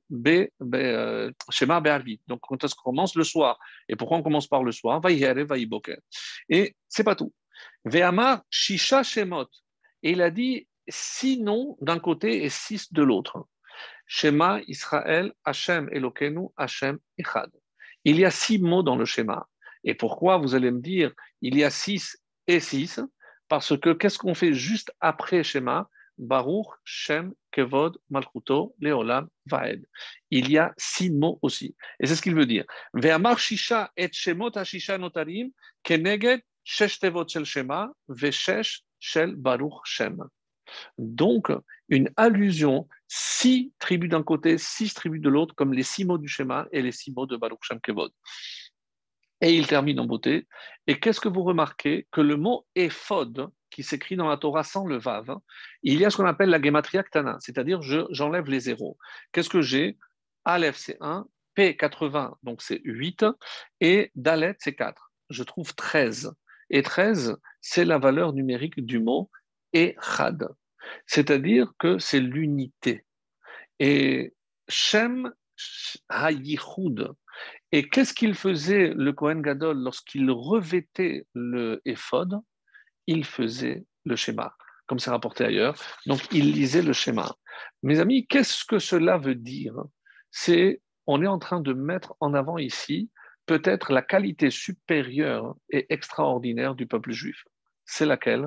A: Shema Be'arvit. Donc, quand est-ce qu'on commence le soir? Et pourquoi on commence par le soir? Vahi Er et Vahi Boker. Et c'est pas tout. Ve'amar Shisha Shemot. Et il a dit 6 noms d'un côté et 6 de l'autre. Shema Israël, Hashem Elokeinu, Hashem Echad. Il y a 6 mots dans le schéma. Et pourquoi, vous allez me dire, il y a 6 et 6? Parce que qu'est-ce qu'on fait juste après schéma? Baruch, Shem, Kevod, Malchuto, Leolam, Vaed. Il y a 6 mots aussi. Et c'est ce qu'il veut dire. Ve'amar Shisha et Shemot HaShisha Notarim, Keneged, Shesh Tevot Shel Shema, Veshesh Shel Baruch Shem. Donc, une allusion, 6 tribus d'un côté, 6 tribus de l'autre, comme les 6 mots du schéma et les 6 mots de Baruch Shem Kevod. Et il termine en beauté. Et qu'est-ce que vous remarquez? Que le mot éphod, qui s'écrit dans la Torah sans le vav, il y a ce qu'on appelle la gematria ktana, c'est-à-dire j'enlève les zéros. Qu'est-ce que j'ai? Aleph, c'est 1, P, 80, donc c'est 8, et Dalet, c'est 4. Je trouve 13. Et 13, c'est la valeur numérique du mot Echad. C'est-à-dire que c'est l'unité. Et Shem HaYichud. Et qu'est-ce qu'il faisait le Kohen Gadol lorsqu'il revêtait le éphod? Il faisait le schéma, comme c'est rapporté ailleurs. Donc, il lisait le schéma. Mes amis, qu'est-ce que cela veut dire? On est en train de mettre en avant ici peut-être la qualité supérieure et extraordinaire du peuple juif. C'est laquelle?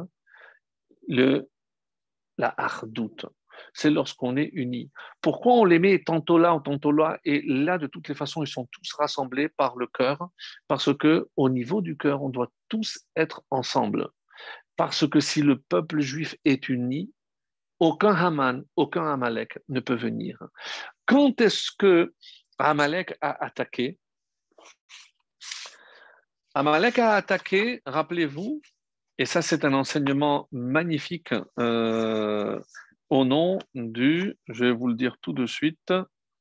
A: La hardout. C'est lorsqu'on est unis. Pourquoi on les met tantôt là, tantôt là, et là, de toutes les façons, ils sont tous rassemblés par le cœur? Parce que au niveau du cœur, on doit tous être ensemble. Parce que si le peuple juif est uni, aucun Haman, aucun Amalek ne peut venir. Quand est-ce que Amalek a attaqué? Amalek a attaqué, rappelez-vous, et ça c'est un enseignement magnifique au nom je vais vous le dire tout de suite,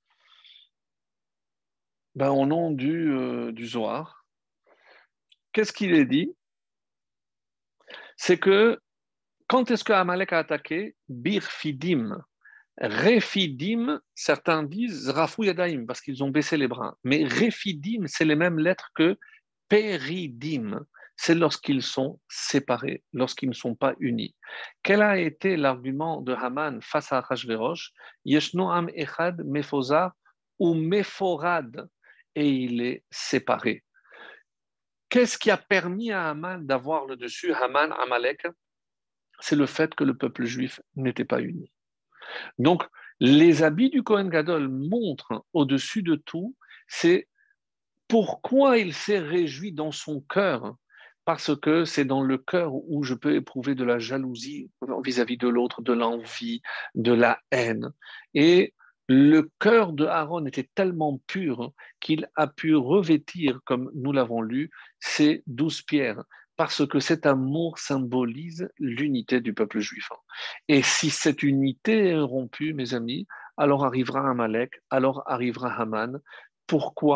A: au nom du Zohar. Qu'est-ce qu'il est dit? C'est que quand est-ce que Amalek a attaqué? Birfidim. Refidim, certains disent Rafou Yadaim, parce qu'ils ont baissé les bras. Mais Refidim, c'est les mêmes lettres que Peridim. C'est lorsqu'ils sont séparés, lorsqu'ils ne sont pas unis. Quel a été l'argument de Haman face à Achashverosh? Yeshno am echad mefoza ou meforad, et il est séparé. Qu'est-ce qui a permis à Haman d'avoir le dessus, Haman, Amalek? C'est le fait que le peuple juif n'était pas uni. Donc, les habits du Kohen Gadol montrent au-dessus de tout, c'est pourquoi il s'est réjoui dans son cœur, parce que c'est dans le cœur où je peux éprouver de la jalousie vis-à-vis de l'autre, de l'envie, de la haine. Et le cœur de Aaron était tellement pur qu'il a pu revêtir, comme nous l'avons lu, ces 12 pierres, parce que cet amour symbolise l'unité du peuple juif. Et si cette unité est rompue, mes amis, alors arrivera Amalek, alors arrivera Haman. Pourquoi?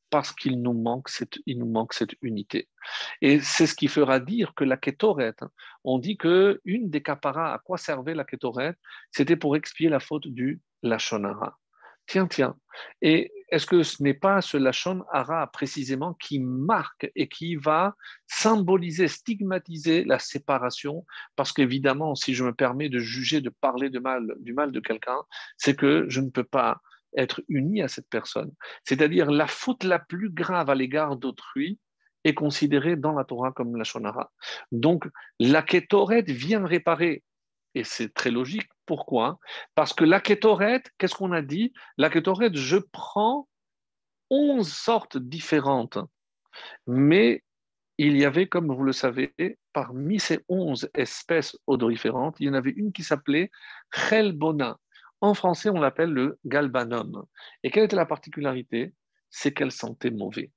A: parce il nous manque cette unité. Et c'est ce qui fera dire que la Kétoret, on dit que une des capparas, à quoi servait la Kétoret? C'était pour expier la faute du Lachon Hara. Tiens, tiens. Et est-ce que ce n'est pas ce Lachon Hara précisément qui marque et qui va symboliser, stigmatiser la séparation? Parce qu'évidemment, si je me permets de juger, de parler du mal de quelqu'un, c'est que je ne peux pas être uni à cette personne. C'est-à-dire la faute la plus grave à l'égard d'autrui est considérée dans la Torah comme la shonara. Donc la kétoret vient réparer, et c'est très logique. Pourquoi? Parce que la kétoret, qu'est-ce qu'on a dit? La kétoret, je prends 11 sortes différentes, mais il y avait, comme vous le savez, parmi ces 11 espèces odoriférantes, il y en avait une qui s'appelait Chelbona. En français, on l'appelle le galbanum. Et quelle était la particularité? C'est qu'elle sentait mauvais.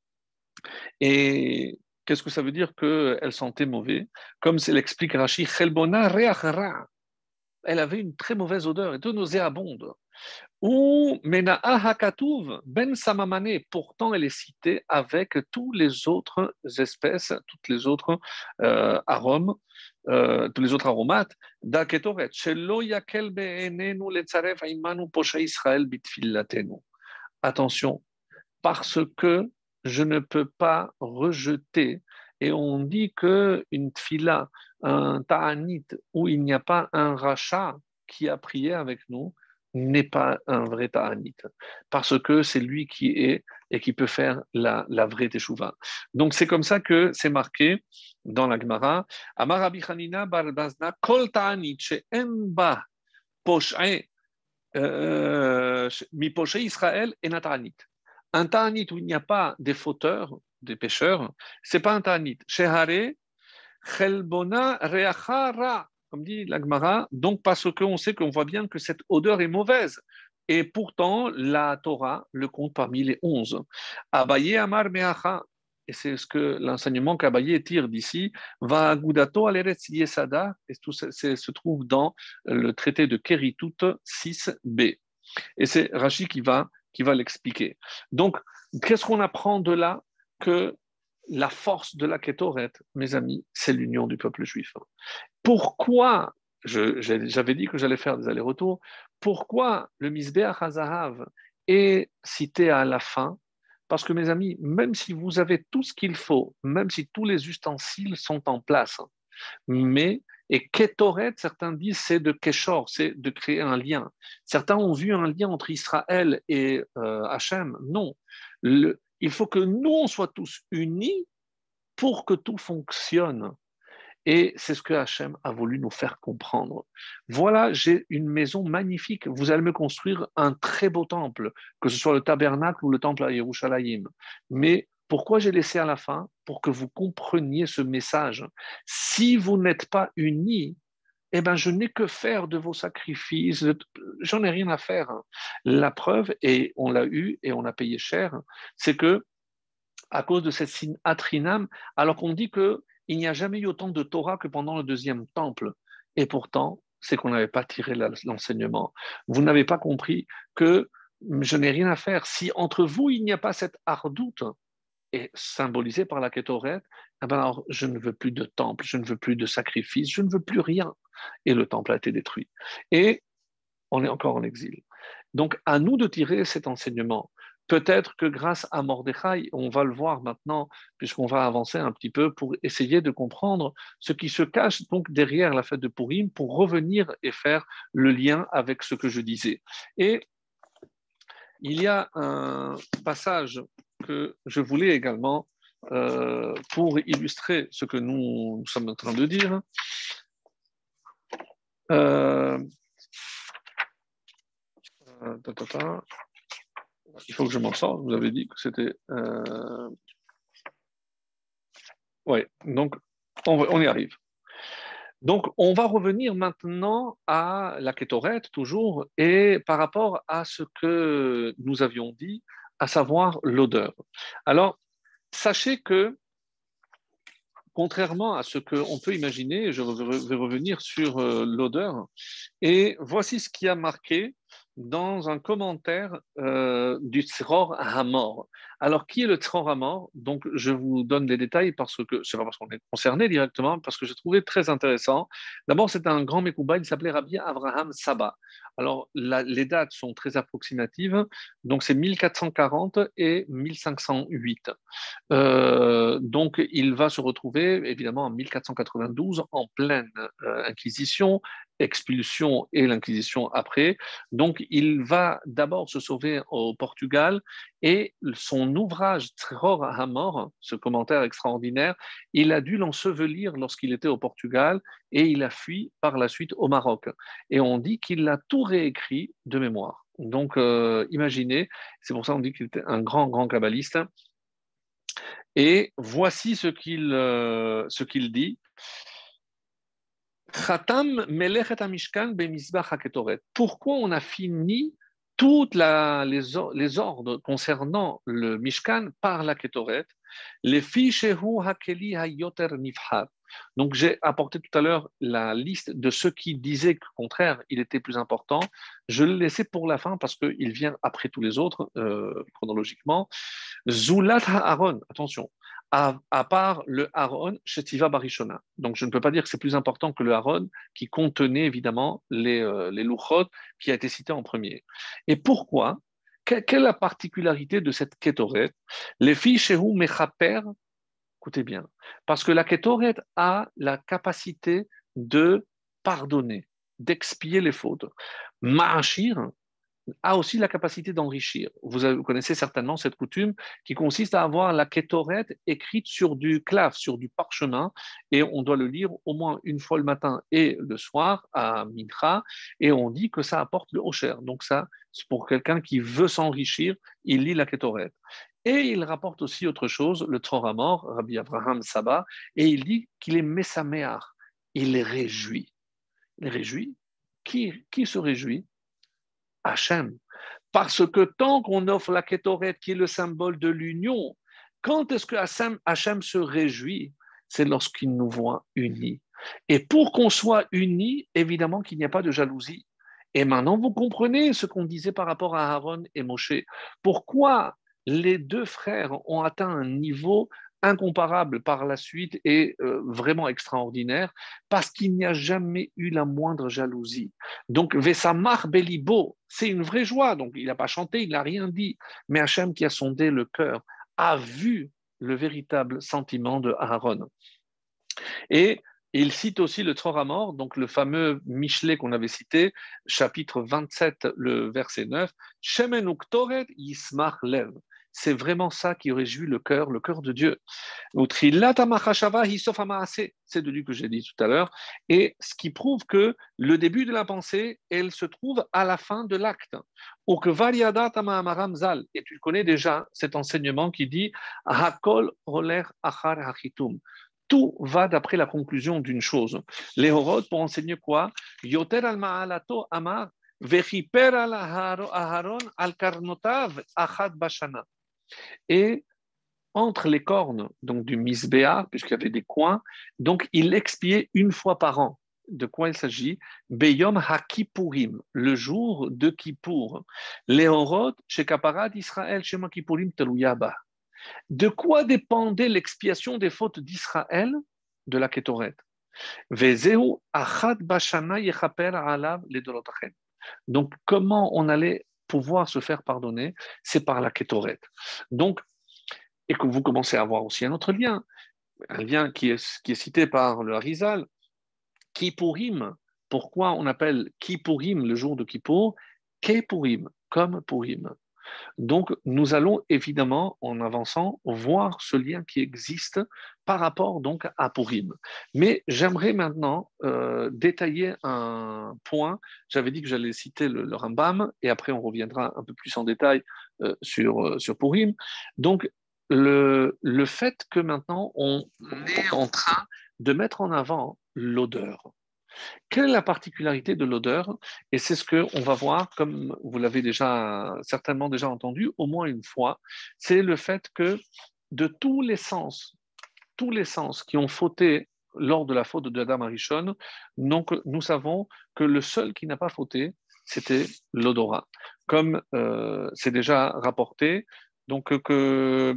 A: Et qu'est-ce que ça veut dire qu'elle sentait mauvais? Comme l'explique Rashi, Chelbona reachara. Elle avait une très mauvaise odeur, et tout nauséabonde. Ou Mena'a Hakatuv ben Samamane, pourtant elle est citée avec tous les autres espèces, toutes les autres arômes, tous les autres aromates d'Aketoret. Shelo yakel be'enenu letzaref aimanu poshe Israël bitfilatenu. Attention, parce que je ne peux pas rejeter. Et on dit qu'une tfila, un ta'anit, où il n'y a pas un rachat qui a prié avec nous, n'est pas un vrai ta'anit. Parce que c'est lui qui est et qui peut faire la vraie teshuva. Donc c'est comme ça que c'est marqué dans la Gemara. Amar Rabbi Chanina bar Bazna, kol ta'anit she'en ba posh'e mi posh'e Israël et ta'anit. Un ta'anit où il n'y a pas des fauteurs, des pécheurs, c'est pas un ta'anit. Shehare, chelbona, reachara, comme dit l'Agmara, donc parce qu'on sait qu'on voit bien que cette odeur est mauvaise. Et pourtant, la Torah le compte parmi les 11. Abaye amar meacha, et c'est ce que l'enseignement qu'Abaye tire d'ici, va agudato aleretz yesada, et tout se trouve dans le traité de Keritut 6b. Et c'est Rashi qui va l'expliquer. Donc, qu'est-ce qu'on apprend de là? Que la force de la Kétoret, mes amis, c'est l'union du peuple juif. Pourquoi, j'avais dit que j'allais faire des allers-retours, pourquoi le Misbeach HaZahav est cité à la fin? Parce que, mes amis, même si vous avez tout ce qu'il faut, même si tous les ustensiles sont en place, mais et Ketoret, certains disent, c'est de Keshor, c'est de créer un lien. Certains ont vu un lien entre Israël et Hachem. Non. Il faut que nous, on soit tous unis pour que tout fonctionne. Et c'est ce que Hachem a voulu nous faire comprendre. Voilà, j'ai une maison magnifique. Vous allez me construire un très beau temple, que ce soit le tabernacle ou le temple à Yerushalayim. Mais pourquoi j'ai laissé à la fin? Pour que vous compreniez ce message. Si vous n'êtes pas unis, eh ben, je n'ai que faire de vos sacrifices. J'en ai rien à faire. La preuve, et on l'a eu et on a payé cher, c'est que à cause de cette signe atrinam, alors qu'on dit qu'il n'y a jamais eu autant de Torah que pendant le deuxième temple. Et pourtant, c'est qu'on n'avait pas tiré l'enseignement. Vous n'avez pas compris que je n'ai rien à faire. Si entre vous, il n'y a pas cette ardoute, et symbolisée par la Kétoret, eh ben alors je ne veux plus de temple, je ne veux plus de sacrifice, je ne veux plus rien. Et le temple a été détruit. Et on est encore en exil. Donc, à nous de tirer cet enseignement. Peut-être que grâce à Mordechai, on va le voir maintenant, puisqu'on va avancer un petit peu pour essayer de comprendre ce qui se cache donc derrière la fête de Purim pour revenir et faire le lien avec ce que je disais. Et il y a un passage que je voulais également pour illustrer ce que nous sommes en train de dire. Il faut que je m'en sorte. Vous avez dit que c'était. Oui, donc on y arrive. Donc, on va revenir maintenant à la Kétoret, toujours, et par rapport à ce que nous avions dit, à savoir l'odeur. Alors, sachez que, contrairement à ce qu'on peut imaginer, je vais revenir sur l'odeur, et voici ce qui a marqué dans un commentaire du Tzror Hamor. Alors, qui est le Tzror Hamor? Donc, je vous donne les détails parce que, c'est pas parce qu'on est concerné directement, parce que j'ai trouvé très intéressant. D'abord, c'est un grand Mekouba, il s'appelait Rabbi Avraham Saba. Alors, les dates sont très approximatives, donc c'est 1440 et 1508. Donc, il va se retrouver évidemment en 1492 en pleine Inquisition, expulsion et l'Inquisition après. Donc, il va d'abord se sauver au Portugal et son ouvrage Tror Hamor, ce commentaire extraordinaire, il a dû l'ensevelir lorsqu'il était au Portugal et il a fui par la suite au Maroc. Et on dit qu'il a tout réécrit de mémoire. Donc, imaginez, c'est pour ça qu'on dit qu'il était un grand, grand kabbaliste. Et voici ce qu'il dit. Khatam melechet hamishkan bemizbach haketoret. Pourquoi on a fini toutes les ordres concernant le Mishkan par la Ketoret, les fichehu hakeli hayoter nifhat. Donc j'ai apporté tout à l'heure la liste de ceux qui disaient qu'au contraire il était plus important. Je l'ai laissé pour la fin parce qu'il vient après tous les autres chronologiquement. Zulat Aaron, attention, à part le Aaron, Shetiva Barishona. Donc je ne peux pas dire que c'est plus important que le Aaron qui contenait évidemment les Luchot qui a été cité en premier. Et pourquoi? Quelle est la particularité de cette Ketoret? Les filles Shehu Mechaper, écoutez bien, parce que la Ketoret a la capacité de pardonner, d'expier les fautes. Ma'ashir a aussi la capacité d'enrichir. Vous connaissez certainement cette coutume qui consiste à avoir la Ketoret écrite sur du clave, sur du parchemin, et on doit le lire au moins une fois le matin et le soir à Mincha, et on dit que ça apporte le Hocher. Donc ça, c'est pour quelqu'un qui veut s'enrichir, il lit la Ketoret. Et il rapporte aussi autre chose, le Troramor, Rabbi Abraham Saba, et il dit qu'il est Messameach, il est réjoui. Il est réjoui. Qui se réjouit? Hachem. Parce que tant qu'on offre la Kétoret, qui est le symbole de l'union, quand est-ce que Hachem se réjouit? C'est lorsqu'il nous voit unis. Et pour qu'on soit unis, évidemment qu'il n'y a pas de jalousie. Et maintenant, vous comprenez ce qu'on disait par rapport à Aaron et Moshe. Pourquoi les deux frères ont atteint un niveau incomparable par la suite et vraiment extraordinaire? Parce qu'il n'y a jamais eu la moindre jalousie. Donc, Vesamach Belibo, c'est une vraie joie. Donc, il n'a pas chanté, il n'a rien dit. Mais Hachem, qui a sondé le cœur, a vu le véritable sentiment de Aaron. Et il cite aussi le Troramor, donc le fameux Michelet qu'on avait cité, chapitre 27, le verset 9, Shemen uktoret yismach lev. C'est vraiment ça qui réjouit le cœur de Dieu. C'est de lui que j'ai dit tout à l'heure. Et ce qui prouve que le début de la pensée, elle se trouve à la fin de l'acte. Ou que et tu connais déjà cet enseignement qui dit Hakol oler achar hachitum. Tout va d'après la conclusion d'une chose. Les Horod, pour enseigner quoi? Yoter al ma'alato amar vechiper al aharon al karnotav achad bashana. Et entre les cornes donc du misbéa, puisqu'il y avait des coins, donc il expiait une fois par an. De quoi il s'agit? Beyom HaKippurim, le jour de Kippour. Léorot, chez Kaparat d'Israël, chez Kippurim Teluyaba. De quoi dépendait l'expiation des fautes d'Israël? De la Kétoret. Vezeu achad bashana yechaper alav ledolotachem. Donc, comment on allait pouvoir se faire pardonner? C'est par la Kétoret. Donc, et que vous commencez à avoir aussi un lien qui est cité par le Harizal, Kippurim. Pourquoi on appelle Kippurim le jour de Kippour? Kepurim, comme Purim. Donc, nous allons évidemment, en avançant, voir ce lien qui existe par rapport donc à Purim. Mais j'aimerais maintenant détailler un point. J'avais dit que j'allais citer le Rambam, et après on reviendra un peu plus en détail sur Purim. Donc, le fait que maintenant on est en train de mettre en avant l'odeur. Quelle est la particularité de l'odeur? Et c'est ce qu'on va voir, comme vous l'avez certainement déjà entendu au moins une fois, c'est le fait que de tous les sens qui ont fauté lors de la faute de Adam Arishon, donc nous savons que le seul qui n'a pas fauté, c'était l'odorat. Comme c'est déjà rapporté, donc que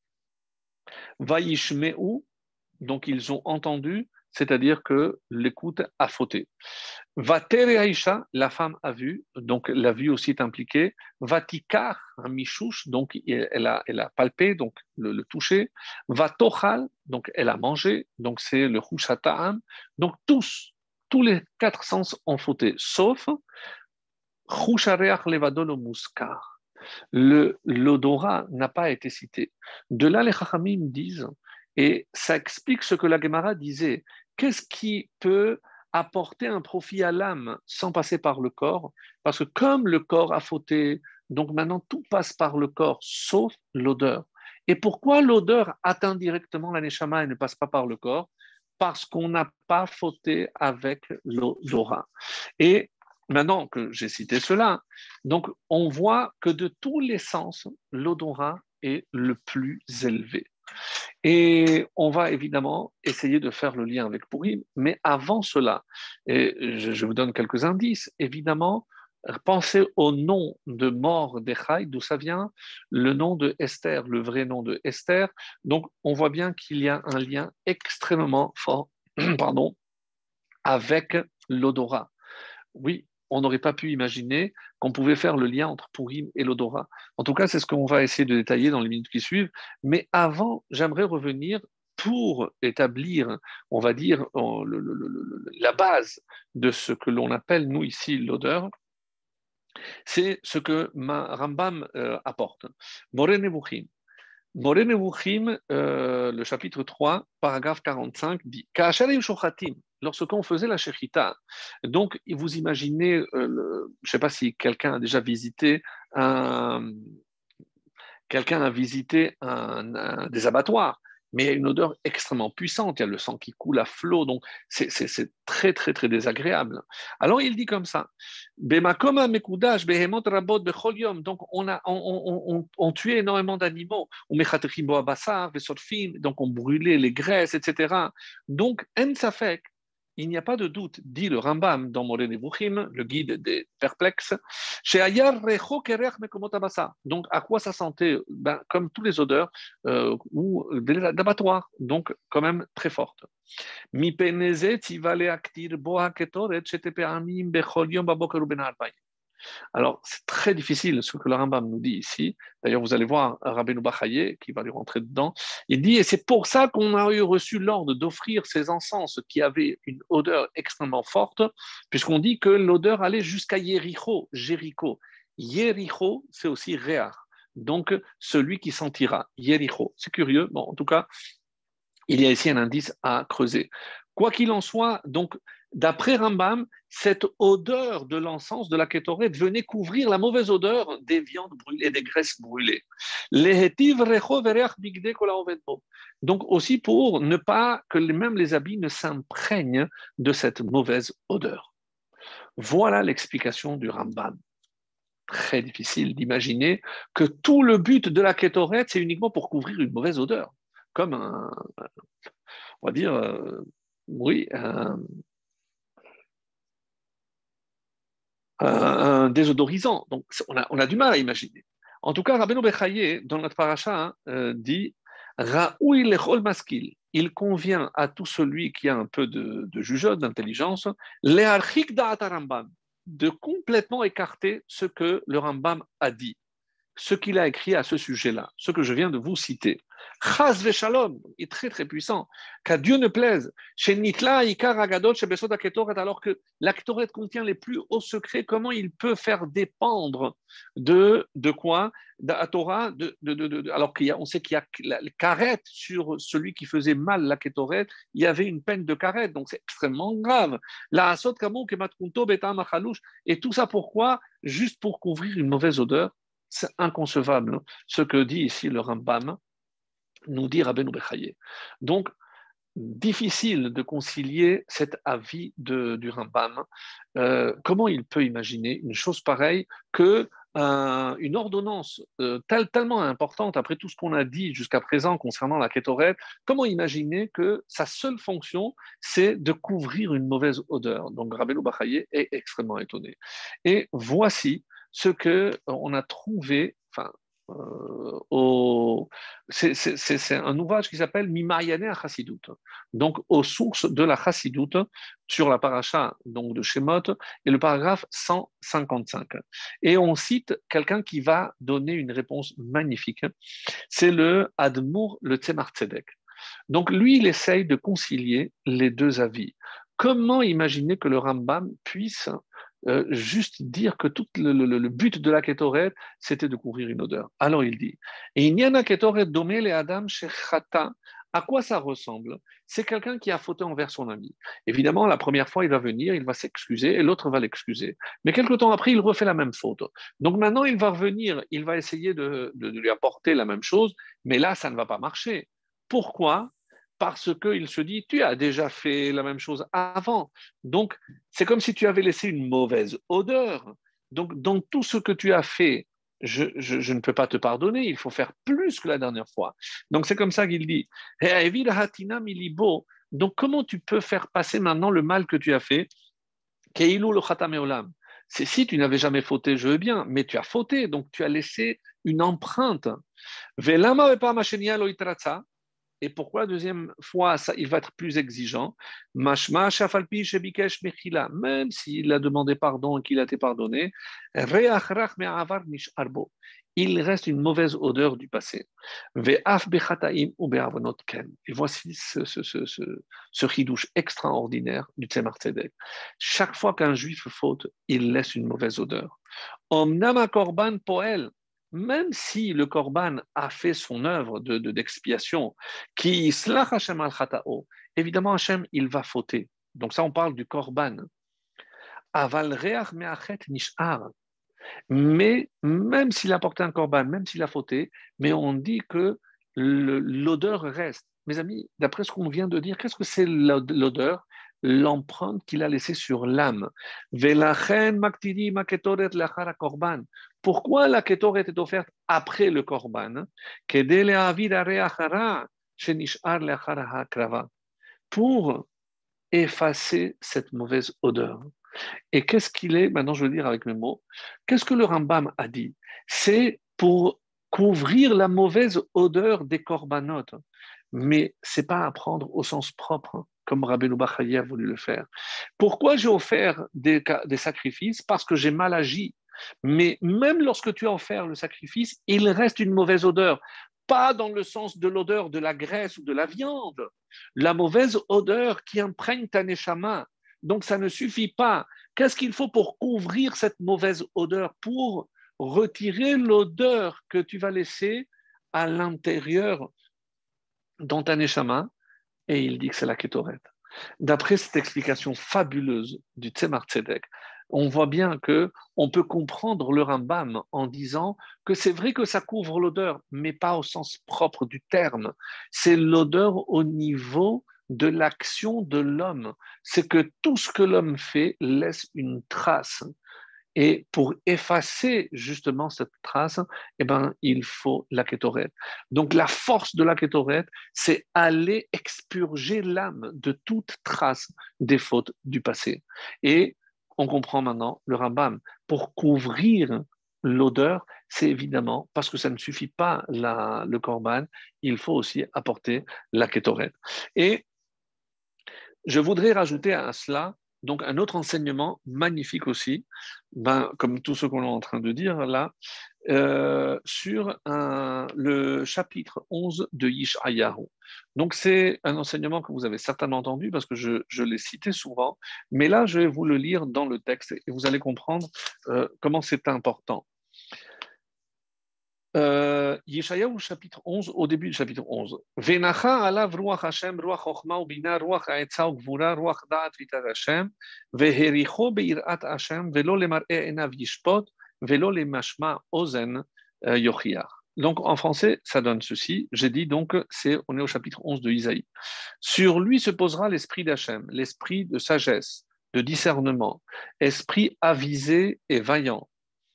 A: Vaishmeu, donc ils ont entendu, c'est-à-dire que l'écoute a fauté. Vatere Aïcha, la femme a vu, donc la vue aussi est impliquée. Vatikar, un michouche, donc elle a palpé, donc le toucher. Vatochal, donc elle a mangé, donc c'est le Hushata'am. Donc tous les quatre sens ont fauté, sauf Hushareach Levadol Muskar. L'odorat n'a pas été cité. De là, les Chachamim disent, et ça explique ce que la Gemara disait, qu'est-ce qui peut apporter un profit à l'âme sans passer par le corps? Parce que comme le corps a fauté, donc maintenant tout passe par le corps, sauf l'odeur. Et pourquoi l'odeur atteint directement la neshama et ne passe pas par le corps? Parce qu'on n'a pas fauté avec l'odorat. Et maintenant que j'ai cité cela, donc on voit que de tous les sens, l'odorat est le plus élevé. Et on va évidemment essayer de faire le lien avec Purim, mais avant cela, et je vous donne quelques indices, évidemment, pensez au nom de Mordechai, d'où ça vient, le nom de Esther, le vrai nom de Esther. Donc on voit bien qu'il y a un lien extrêmement fort pardon, avec l'odorat. Oui, on n'aurait pas pu imaginer qu'on pouvait faire le lien entre Purim et l'odorat. En tout cas, c'est ce qu'on va essayer de détailler dans les minutes qui suivent. Mais avant, j'aimerais revenir pour établir, on va dire, la base de ce que l'on appelle, nous ici, l'odeur. C'est ce que ma Rambam apporte. Moreh Nevuchim. Moreh Nevuchim, le chapitre 3, paragraphe 45, dit Ka'asher shochatim, lorsqu'on faisait la shechita. Donc, vous imaginez, je ne sais pas si quelqu'un a déjà visité des abattoirs, mais il y a une odeur extrêmement puissante, il y a le sang qui coule à flot, donc c'est très, très, très désagréable. Alors il dit comme ça, Bemakoma mekudash behemot rabot bechol yom. Donc on tuait énormément d'animaux, donc on brûlait les graisses, etc. Donc en safek, il n'y a pas de doute, dit le Rambam dans Moreh Nevuchim, le guide des perplexes, chez Ayar Recho Kerech Mekomot Abassa. Donc, à quoi ça sentait? Ben, comme toutes les odeurs ou d'abattoir, donc quand même très forte. Mi peneze tivale aktir boha ketoret shetepe amim bechol yom baboker uben arba'im. Alors, c'est très difficile ce que le Rambam nous dit ici. D'ailleurs, vous allez voir Rabbeinu Bachaye qui va lui rentrer dedans. Il dit, et c'est pour ça qu'on a eu reçu l'ordre d'offrir ces encens qui avaient une odeur extrêmement forte, puisqu'on dit que l'odeur allait jusqu'à Jéricho. Jéricho, c'est aussi Réar. Donc, celui qui sentira. Jéricho. C'est curieux. Bon, en tout cas, il y a ici un indice à creuser. Quoi qu'il en soit, donc, d'après Rambam, cette odeur de l'encens de la kétorette venait couvrir la mauvaise odeur des viandes brûlées, des graisses brûlées. Donc aussi pour ne pas que même les habits ne s'imprègnent de cette mauvaise odeur. Voilà l'explication du Rambam. Très difficile d'imaginer que tout le but de la kétorette, c'est uniquement pour couvrir une mauvaise odeur, comme on va dire, oui, un désodorisant. Donc, on a du mal à imaginer. En tout cas, Rabbeinu Bechaye, dans notre paracha, dit Ra'oui lechol maskil. Il convient à tout celui qui a un peu de jugeote, d'intelligence, le'archik da'at Rambam, de complètement écarter ce que le Rambam a dit, ce qu'il a écrit à ce sujet-là, ce que je viens de vous citer. Chaz veshalom est très très puissant. Qu'à Dieu ne plaise. Chez Nitla, Ikar Agadot, chez Besod Aketoret, alors que la Ketoret contient les plus hauts secrets, comment il peut faire dépendre de quoi? De la Torah, alors qu'on sait qu'il y a la carette sur celui qui faisait mal la Ketoret, il y avait une peine de carette, donc c'est extrêmement grave. La Asot Kamou, Kematkunto, Beta Machalouch, et tout ça pourquoi? Juste pour couvrir une mauvaise odeur. C'est inconcevable ce que dit ici le Rambam, nous dit Rabbeinu Bechaye. Donc, difficile de concilier cet avis du Rambam. Comment il peut imaginer une chose pareille que une ordonnance tellement importante après tout ce qu'on a dit jusqu'à présent concernant la kétorette, comment imaginer que sa seule fonction, c'est de couvrir une mauvaise odeur? Donc Rabbeinu Bachaye est extrêmement étonné. Et voici ce que on a trouvé, enfin, c'est un ouvrage qui s'appelle Mimayane à Chassidut, donc aux sources de la Chassidut sur la paracha donc de Shemot et le paragraphe 155. Et on cite quelqu'un qui va donner une réponse magnifique, c'est le Admour, le Tzemar Tzedek. Donc lui, il essaye de concilier les deux avis. Comment imaginer que le Rambam puisse juste dire que tout le but de la kétoret, c'était de couvrir une odeur? Alors il dit, et il y en a kétoret domé les Adam shechata. À quoi ça ressemble? C'est quelqu'un qui a fauté envers son ami. Évidemment, la première fois, il va venir, il va s'excuser et l'autre va l'excuser. Mais quelque temps après, il refait la même faute. Donc maintenant, il va revenir, il va essayer de lui apporter la même chose, mais là, ça ne va pas marcher. Pourquoi? Parce qu'il se dit, tu as déjà fait la même chose avant. Donc, c'est comme si tu avais laissé une mauvaise odeur. Donc, dans tout ce que tu as fait, je ne peux pas te pardonner, il faut faire plus que la dernière fois. Donc, c'est comme ça qu'il dit. Donc, comment tu peux faire passer maintenant le mal que tu as fait? C'est si tu n'avais jamais fauté, je veux bien, mais tu as fauté, donc tu as laissé une empreinte. Et pourquoi la deuxième fois, ça, il va être plus exigeant? Mashma shafalpi shebikesh mechila, même s'il a demandé pardon et qu'il a été pardonné, reachrach me'avar nish'arbo. Il reste une mauvaise odeur du passé. Ve'af bechataim ou be'avonot ken. Et voici ce chidouche extraordinaire du Tzemar Tzedek. Chaque fois qu'un juif faute, il laisse une mauvaise odeur. Omnama korban poel, même si le korban a fait son œuvre d'expiation, qui slach Hashem al chatao, évidemment Hashem il va fauter. Donc ça on parle du korban. Aval reach me'achet nish'ar. Mais même s'il a porté un korban, même s'il a fauté, mais on dit que l'odeur reste. Mes amis, d'après ce qu'on vient de dire, qu'est-ce que c'est l'odeur? L'empreinte qu'il a laissée sur l'âme. Velachen maktidi maketoret lachar korban. Pourquoi la ketoret est offerte après le korban? Kedele avid areachara shenishar lachar hakrava. Pour effacer cette mauvaise odeur. Et qu'est-ce qu'il est, maintenant je veux dire avec mes mots, qu'est-ce que le Rambam a dit? C'est pour couvrir la mauvaise odeur des corbanotes. Mais ce n'est pas à prendre au sens propre, comme Rabbeinu Bachaye a voulu le faire. Pourquoi j'ai offert des sacrifices? Parce que j'ai mal agi. Mais même lorsque tu as offert le sacrifice, il reste une mauvaise odeur. Pas dans le sens de l'odeur de la graisse ou de la viande. La mauvaise odeur qui imprègne ta neshama. Donc ça ne suffit pas. Qu'est-ce qu'il faut pour couvrir cette mauvaise odeur, pour retirer l'odeur que tu vas laisser à l'intérieur dans ta neshama? Et il dit que c'est la kétorette. D'après cette explication fabuleuse du Tzemar Tzedek, on voit bien que on peut comprendre le Rambam en disant que c'est vrai que ça couvre l'odeur, mais pas au sens propre du terme. C'est l'odeur au niveau de l'action de l'homme. C'est que tout ce que l'homme fait laisse une trace. Et pour effacer justement cette trace, eh ben, il faut la kétorette. Donc la force de la kétorette, c'est aller expurger l'âme de toute trace des fautes du passé. Et on comprend maintenant le Rambam. Pour couvrir l'odeur, c'est évidemment parce que ça ne suffit pas le korban, il faut aussi apporter la kétorette. Et je voudrais rajouter à cela donc un autre enseignement magnifique aussi, comme tout ce qu'on est en train de dire là, sur le chapitre 11 de Yishayahu. Donc c'est un enseignement que vous avez certainement entendu parce que je l'ai cité souvent, mais là je vais vous le lire dans le texte et vous allez comprendre comment c'est important. Yeshayahu chapitre 11, au début du chapitre 11. Venacha alav ruach Hashem, ruach chochma ubina, ruach ha'etza ugvura, ruach da'at vitat Hashem, vehericho be'irat Hashem, velo lemar'e enav yishpot, velo lemashma ozen yochiach. Donc en français, ça donne ceci. J'ai dit donc, on est au chapitre 11 de Isaïe. Sur lui se posera l'esprit d'Hachem, l'esprit de sagesse, de discernement, esprit avisé et vaillant.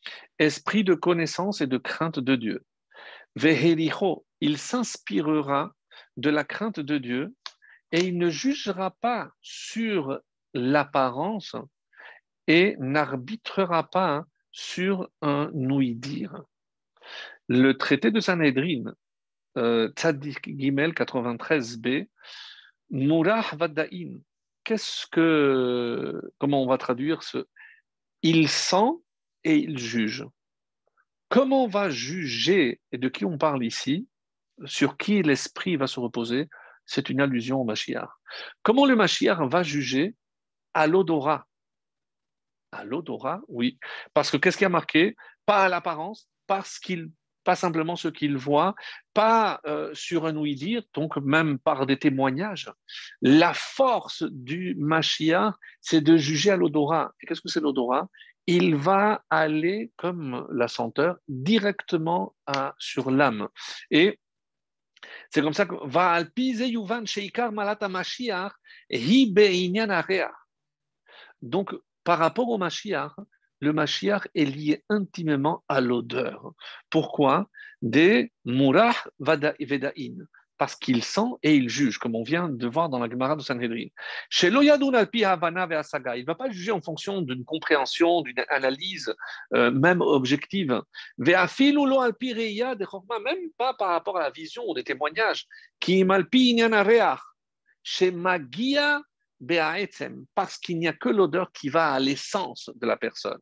A: esprit de connaissance et de crainte de Dieu. Vehericho, il s'inspirera de la crainte de Dieu et il ne jugera pas sur l'apparence et n'arbitrera pas sur un ouï-dire. Le traité de Sanhedrin, Tzadik Gimel 93b, Murah Vadain. Comment on va traduire ce il sent et il juge. Comment on va juger et de qui on parle ici, sur qui l'esprit va se reposer, c'est une allusion au Mashiach. Comment le Mashiach va juger à l'odorat? À l'odorat, oui. Parce que qu'est-ce qui a marqué? Pas à l'apparence, pas simplement ce qu'il voit, pas sur un ouï-dire, donc même par des témoignages. La force du Mashiach, c'est de juger à l'odorat. Et qu'est-ce que c'est l'odorat? Il va aller, comme la senteur, directement sur l'âme. Et c'est comme ça que va alpize yuvan sheikar malata Mashiach hi be'inyan area. Donc, par rapport au Mashiach, le Mashiach est lié intimement à l'odeur. Pourquoi? Des murah vedain. Parce qu'il sent et il juge, comme on vient de voir dans la Gemara de Sanhedrin. Chez Loyadun alpi havana ve'asaga, il ne va pas juger en fonction d'une compréhension, d'une analyse, même objective. Ve'afilu lo alpi reya de chokma, même pas par rapport à la vision ou des témoignages. Ki malpi inyan areach. Chez Magia parce qu'il n'y a que l'odeur qui va à l'essence de la personne.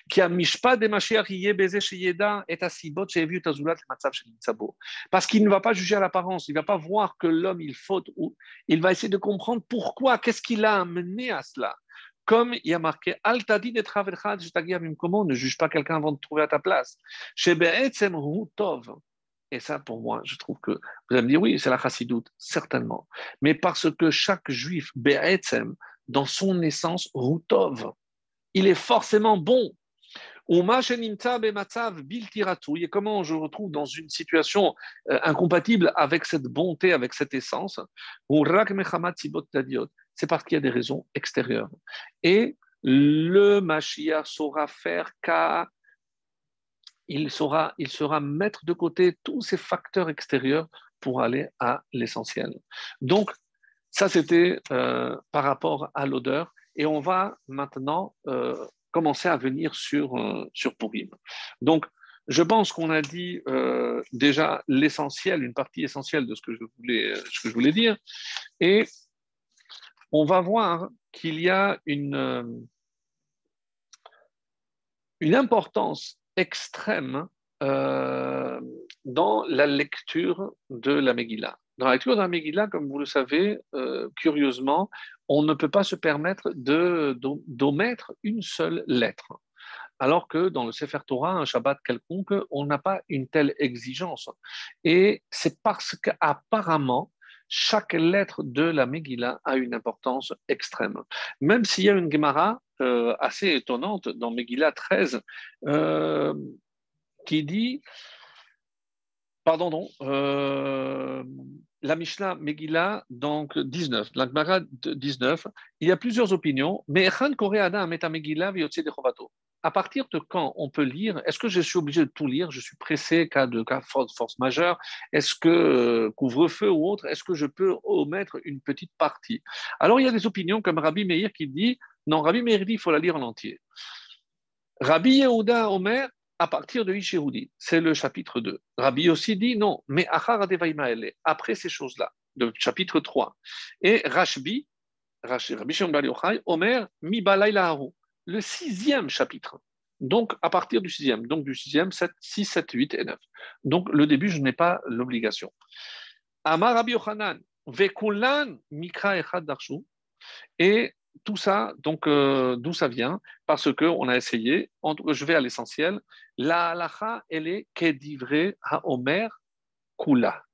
A: Parce qu'il ne va pas juger à l'apparence, il ne va pas voir que l'homme il faute, ou il va essayer de comprendre pourquoi, qu'est-ce qui l'a amené à cela. Comme il y a marqué, comment ne juge pas quelqu'un avant de trouver à ta place. Et ça, pour moi, je trouve que vous allez me dire, oui, c'est la chassidoute, certainement. Mais parce que chaque juif, be'etzem, dans son essence, routov, il est forcément bon. Et comment je retrouve dans une situation incompatible avec cette bonté, avec cette essence, c'est parce qu'il y a des raisons extérieures. Et le Mashiach saura faire qu'à il sera mettre de côté tous ces facteurs extérieurs pour aller à l'essentiel. Donc, ça, c'était par rapport à l'odeur. Et on va maintenant commencer à venir sur Purim. Donc, je pense qu'on a dit déjà l'essentiel, une partie essentielle de ce que je voulais dire. Et on va voir qu'il y a une importance extrême dans la lecture de la Megillah. Dans la lecture de la Megillah, comme vous le savez, curieusement, on ne peut pas se permettre d'omettre une seule lettre. Alors que dans le Sefer Torah, un Shabbat quelconque, on n'a pas une telle exigence. Et c'est parce qu'apparemment, chaque lettre de la Megillah a une importance extrême. Même s'il y a une Gemara assez étonnante dans Megillah 13 qui dit, pardon, non, la Mishnah Megillah, donc 19, la Gemara 19, il y a plusieurs opinions, mais Echan Kore Adam Meta Megillah V'yotze de Chovato. À partir de quand on peut lire? Est-ce que je suis obligé de tout lire? Je suis pressé, cas force majeure. Est-ce que couvre-feu ou autre? Est-ce que je peux omettre une petite partie? Alors, il y a des opinions comme Rabbi Meir qui dit, non, Rabbi Meir dit il faut la lire en entier. Rabbi Yehuda Omer, à partir de Ishérudi, c'est le chapitre 2. Rabbi aussi dit non, mais après ces choses-là, de chapitre 3. Et Rabbi Shimon Bar Yochai, Omer, Mi Balayla Haru, le 6e chapitre. Donc, à partir du 6e, donc du 6e, 7, 6, 7, 8 et 9. Donc, le début, je n'ai pas l'obligation. Amar Rabbi Yochanan, Vekulan Mikra Echad Darshu, et tout ça, donc, d'où ça vient? Parce qu'on a essayé, je vais à l'essentiel, la halacha, elle est Kedivre HaOmer Kula.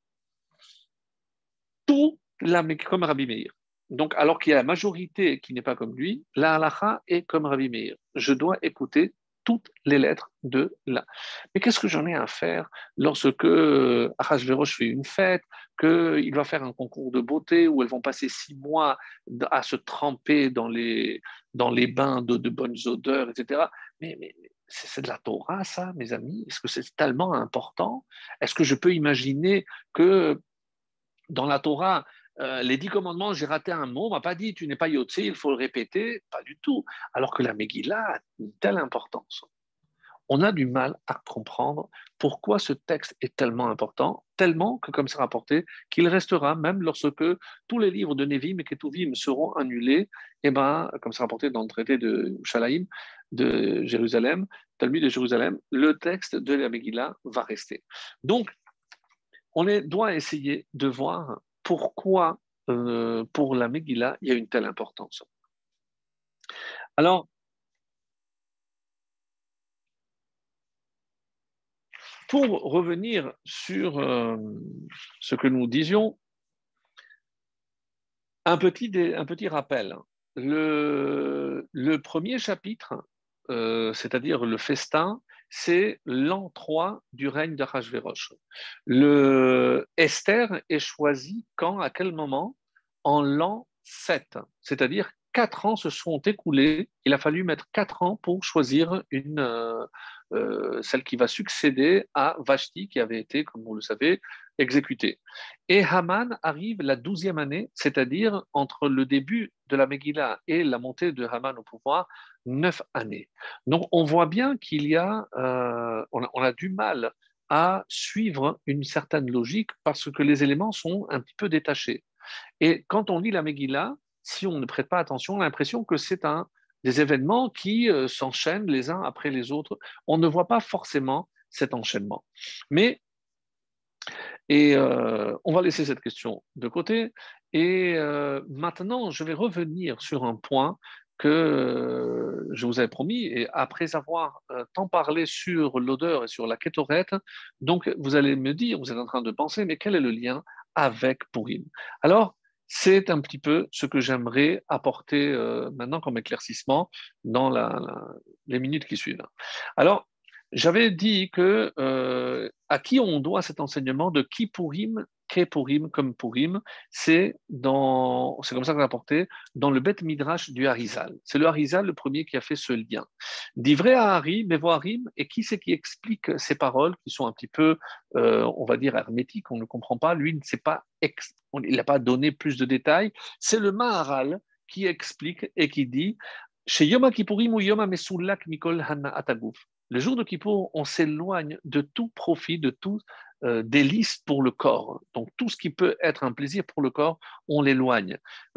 A: Tout comme Rabbi Meir. Donc, alors qu'il y a la majorité qui n'est pas comme lui, la halacha est comme Rabbi Meir. Je dois écouter toutes les lettres de là. Mais qu'est-ce que j'en ai à faire lorsque Achashverosh fait une fête, qu'il va faire un concours de beauté où elles vont passer 6 mois à se tremper dans les bains de bonnes odeurs, etc. Mais c'est de la Torah, ça, mes amis? Est-ce que c'est tellement important? Est-ce que je peux imaginer que dans la Torah, les 10 commandements, j'ai raté un mot, on m'a pas dit tu n'es pas Yotze, il faut le répéter, pas du tout. Alors que la Megillah a une telle importance. On a du mal à comprendre pourquoi ce texte est tellement important, tellement que, comme c'est rapporté, qu'il restera, même lorsque tous les livres de Nevim et Ketuvim seront annulés, et ben, comme c'est rapporté dans le traité de Shalaim de Jérusalem, Talmud de Jérusalem, le texte de la Megillah va rester. Donc, doit essayer de voir pourquoi, pour la Megillah, il y a une telle importance. Alors, pour revenir sur ce que nous disions, un petit rappel. Le premier chapitre, c'est-à-dire le festin, c'est l'an 3 du règne d'Achashverosh. Le Esther est choisi quand, à quel moment? En l'an 7, c'est-à-dire 4 ans se sont écoulés. Il a fallu mettre 4 ans pour choisir celle qui va succéder à Vashti, qui avait été, comme vous le savez, exécutée. Et Haman arrive la 12e année, c'est-à-dire entre le début de la Megillah et la montée de Haman au pouvoir, 9 années. Donc on voit bien qu'il y a, on a du mal à suivre une certaine logique parce que les éléments sont un petit peu détachés. Et quand on lit la Megillah, si on ne prête pas attention, on a l'impression que c'est des événements qui s'enchaînent les uns après les autres. On ne voit pas forcément cet enchaînement. Mais on va laisser cette question de côté. Et maintenant, je vais revenir sur un point que je vous avais promis. Et après avoir tant parlé sur l'odeur et sur la kétorette, donc vous allez me dire, vous êtes en train de penser, mais quel est le lien avec Purim? Alors, c'est un petit peu ce que j'aimerais apporter maintenant comme éclaircissement dans les minutes qui suivent. Alors, j'avais dit que à qui on doit cet enseignement de qui Purim, qu'est Purim comme Purim, c'est comme ça qu'on l'a apporté dans le Bet Midrash du Harizal. C'est le Harizal le premier qui a fait ce lien. D'ivrei Ahari, Mevoarim, et qui c'est qui explique ces paroles qui sont un petit peu, on va dire, hermétiques, on ne comprend pas. Lui, il n'a pas donné plus de détails. C'est le Maharal qui explique et qui dit chez Yom Kippourim ou Yom Mesoulak Mikol Hana Ataguf. Le jour de Kippour, on s'éloigne de tout profit, de tout délice pour le corps. Donc tout ce qui peut être un plaisir pour le corps, on l'éloigne.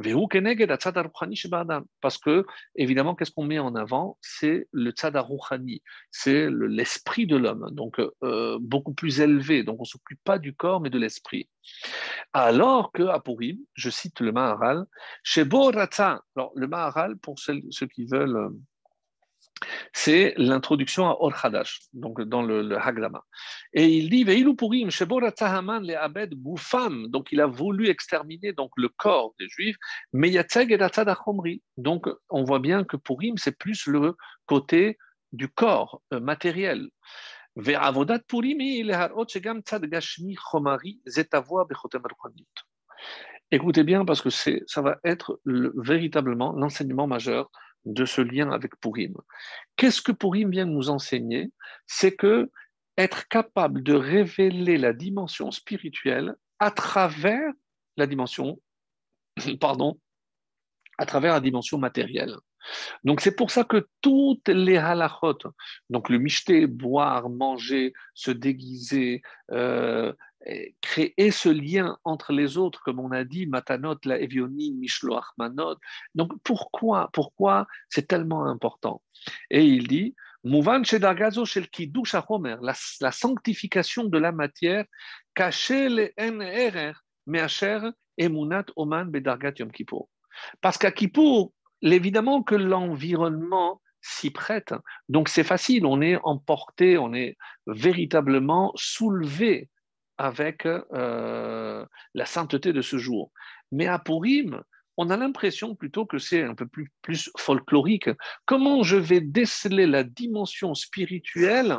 A: Parce que, évidemment, qu'est-ce qu'on met en avant? C'est le tzad rouchani, c'est l'esprit de l'homme, donc beaucoup plus élevé. Donc on ne s'occupe pas du corps, mais de l'esprit. Alors que à Purim, je cite le Maharal, chez Boratza, alors le Maharal, pour ceux qui veulent c'est l'introduction à Or Hadash, donc dans le Hagdama. Et il dit Veilu Purim, Sheborata Haman le Abed Gufam, donc il a voulu exterminer donc le corps des Juifs, mais Yatzeg et Atzad Achomri. Donc on voit bien que Purim, c'est plus le côté du corps matériel. Ve'avodat Purim leharot shegam tzad gashmi chomari zetavoa bechotem ruchanit. Écoutez bien parce que ça va être véritablement l'enseignement majeur de ce lien avec Purim. Qu'est-ce que Purim vient de nous enseigner? C'est que être capable de révéler la dimension spirituelle à travers la dimension, pardon, à travers la dimension matérielle. Donc c'est pour ça que toutes les halachot, donc le michté, boire, manger, se déguiser, créer ce lien entre les autres, comme on a dit, matanot, la evionim, mishloach manot. Donc pourquoi c'est tellement important? Et il dit, Mouvan shedargazo shel kiddush hachomer, la sanctification de la matière, caché le en meacher emunat oman bedargat yom kippur. Parce qu'à Kippour, évidemment que l'environnement s'y prête. Donc c'est facile, on est emporté, on est véritablement soulevé avec la sainteté de ce jour. Mais à Purim, on a l'impression plutôt que c'est un peu plus folklorique. Comment je vais déceler la dimension spirituelle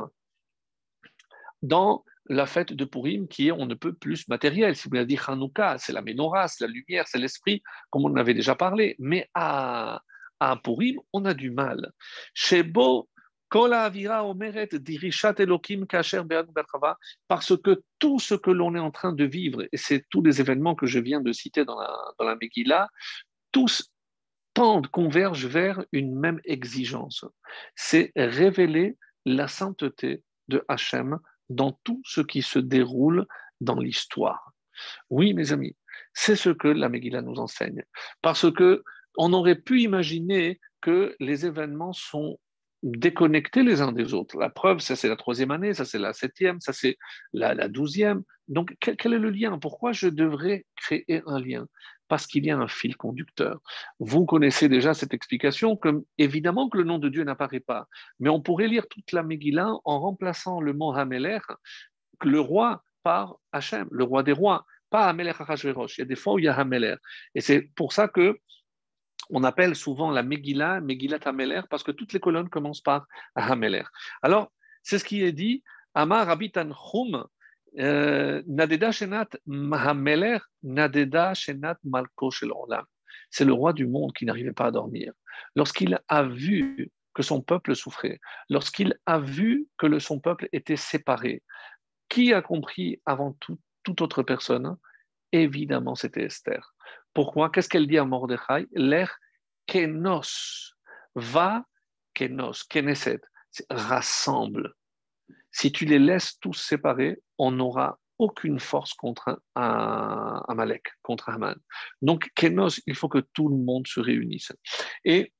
A: dans la fête de Purim qui est on ne peut plus matériel. Si vous l'avez dit Hanouka, c'est la menorah, c'est la lumière, c'est l'esprit, comme on en avait déjà parlé. Mais à Purim, on a du mal. Chez Beau, Parce que tout ce que l'on est en train de vivre, et c'est tous les événements que je viens de citer dans la Megillah, tous tendent, convergent vers une même exigence. C'est révéler la sainteté de Hachem dans tout ce qui se déroule dans l'histoire. Oui, mes amis, c'est ce que la Megillah nous enseigne. Parce que on aurait pu imaginer que les événements sont déconnectés les uns des autres. La preuve, ça c'est la troisième année, ça c'est la septième, ça c'est la 12e. Donc, quel est le lien? Pourquoi je devrais créer un lien? Parce qu'il y a un fil conducteur. Vous connaissez déjà cette explication, comme évidemment que le nom de Dieu n'apparaît pas, mais on pourrait lire toute la Megillah en remplaçant le mot Hameler, le roi par Hachem, le roi des rois, pas Hamelech Achashverosh. Il y a des fois où il y a Hameler. Et c'est pour ça que on appelle souvent la Megillah, Megillat Hameler, parce que toutes les colonnes commencent par Hameler. Alors, c'est ce qui est dit, Amar Rabitan Chum, Nadeda Shenat Hameler, Nadeda Shenat Malko Shel Olam. C'est le roi du monde qui n'arrivait pas à dormir. Lorsqu'il a vu que son peuple souffrait, lorsqu'il a vu que son peuple était séparé, qui a compris avant toute autre personne? Évidemment, c'était Esther. Pourquoi? Qu'est-ce qu'elle dit à Mordechai? L'air kenos, va kenos, keneset, rassemble. Si tu les laisses tous séparés, on n'aura aucune force contre un Amalek, contre Haman. Donc, kenos, il faut que tout le monde se réunisse. Et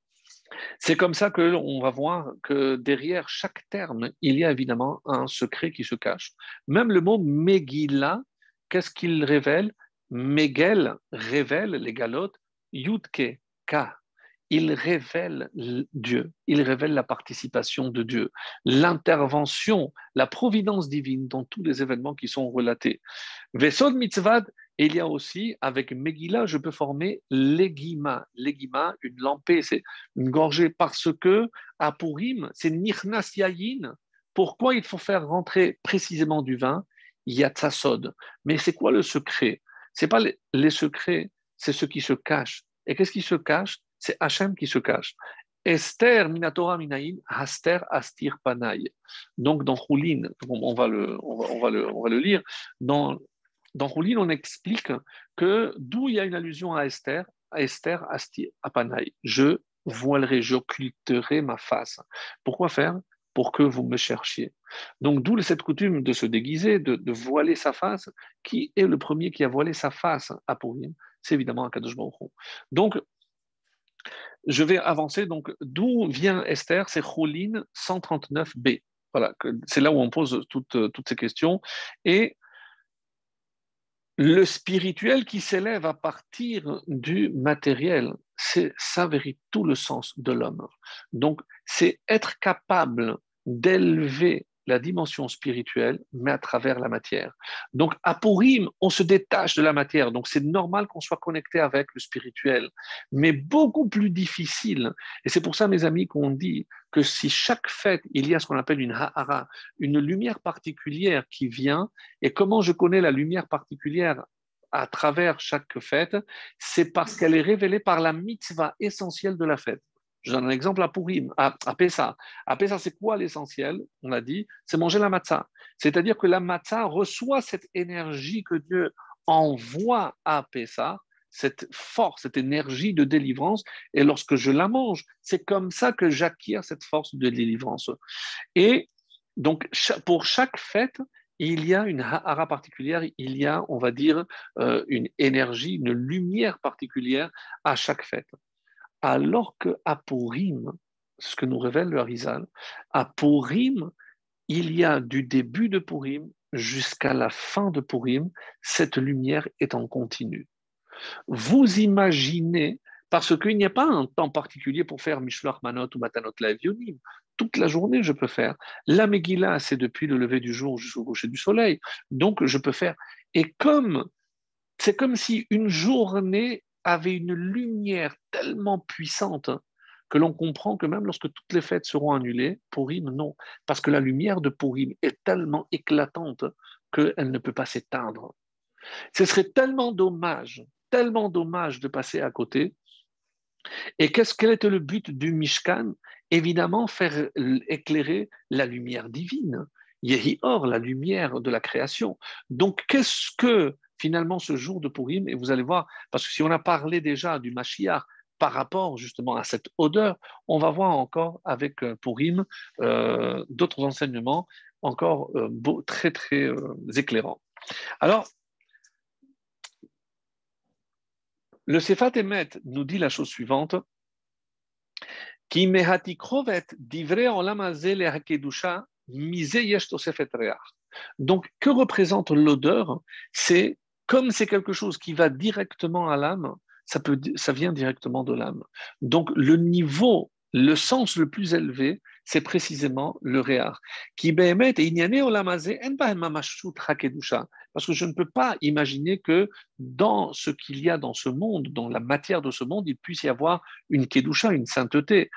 A: c'est comme ça qu'on va voir que derrière chaque terme, il y a évidemment un secret qui se cache. Même le mot Megillah, qu'est-ce qu'il révèle? Megel révèle les galotes, Yudke, Ka. Il révèle Dieu, il révèle la participation de Dieu, l'intervention, la providence divine dans tous les événements qui sont relatés. Vesod mitzvad, et il y a aussi, avec Megillah, je peux former l'egima. L'egima, une lampée, c'est une gorgée, parce que à Purim, c'est Nichnas Yayin. Pourquoi il faut faire rentrer précisément du vin? Yatsasod. Mais c'est quoi le secret? C'est pas les secrets, c'est ce qui se cache. Et qu'est-ce qui se cache? C'est Hachem qui se cache. Esther minatora minayin, Haster astir panay. Donc dans Choulin, on va le lire, dans Roulin, on explique que d'où il y a une allusion à Esther Asti Apanai. Je voilerai, j'occulterai ma face. Pourquoi faire? Pour que vous me cherchiez. Donc, d'où cette coutume de se déguiser, de voiler sa face. Qui est le premier qui a voilé sa face à Purim? C'est évidemment Akadosh Baruch Hu. Donc, je vais avancer. Donc, d'où vient Esther? C'est Choulin 139b. Voilà, c'est là où on pose toutes ces questions. Et le spirituel qui s'élève à partir du matériel, ça vérifie tout le sens de l'homme. Donc, c'est être capable d'élever la dimension spirituelle, mais à travers la matière. Donc, à Purim, on se détache de la matière. Donc, c'est normal qu'on soit connecté avec le spirituel, mais beaucoup plus difficile. Et c'est pour ça, mes amis, qu'on dit que si chaque fête, il y a ce qu'on appelle une ha'ara, une lumière particulière qui vient, et comment je connais la lumière particulière à travers chaque fête, c'est parce qu'elle est révélée par la mitzvah essentielle de la fête. Je donne un exemple à Purim, à Pessah. À Pessah, c'est quoi l'essentiel? On a dit, c'est manger la matzah. C'est-à-dire que la matzah reçoit cette énergie que Dieu envoie à Pessah, cette force, cette énergie de délivrance. Et lorsque je la mange, c'est comme ça que j'acquiers cette force de délivrance. Et donc, pour chaque fête, il y a une hara particulière, il y a, on va dire, une énergie, une lumière particulière à chaque fête. Alors qu'à Purim, ce que nous révèle le Harizal, à Purim, il y a du début de Purim jusqu'à la fin de Purim, cette lumière est en continu. Vous imaginez, parce qu'il n'y a pas un temps particulier pour faire Mishloach Manot ou Matanot La'Evionim. Toute la journée, je peux faire. La Megillah, c'est depuis le lever du jour jusqu'au coucher du soleil. Donc, je peux faire. Et c'est comme si une journée avait une lumière tellement puissante que l'on comprend que même lorsque toutes les fêtes seront annulées, Purim, non. Parce que la lumière de Purim est tellement éclatante qu'elle ne peut pas s'éteindre. Ce serait tellement dommage de passer à côté Et quel était le but du Mishkan? Évidemment, faire éclairer la lumière divine. Yehi Or, la lumière de la création. Donc, qu'est-ce que finalement ce jour de Purim, et vous allez voir, parce que si on a parlé déjà du Mashiach par rapport justement à cette odeur, on va voir encore avec Purim d'autres enseignements encore très très éclairants. Alors, le Sefat Emet nous dit la chose suivante. Ki mehati krovet divrei olam hazeh lehakedusha mise yesh tosefet reach. Donc, que représente l'odeur? C'est comme c'est quelque chose qui va directement à l'âme, ça vient directement de l'âme. Donc, le niveau, le sens le plus élevé, c'est précisément le réar. Qui behemet inyane olam hazeh en bahem mamashut hakedusha. Parce que je ne peux pas imaginer que dans ce qu'il y a dans ce monde, dans la matière de ce monde, il puisse y avoir une kedusha, une sainteté.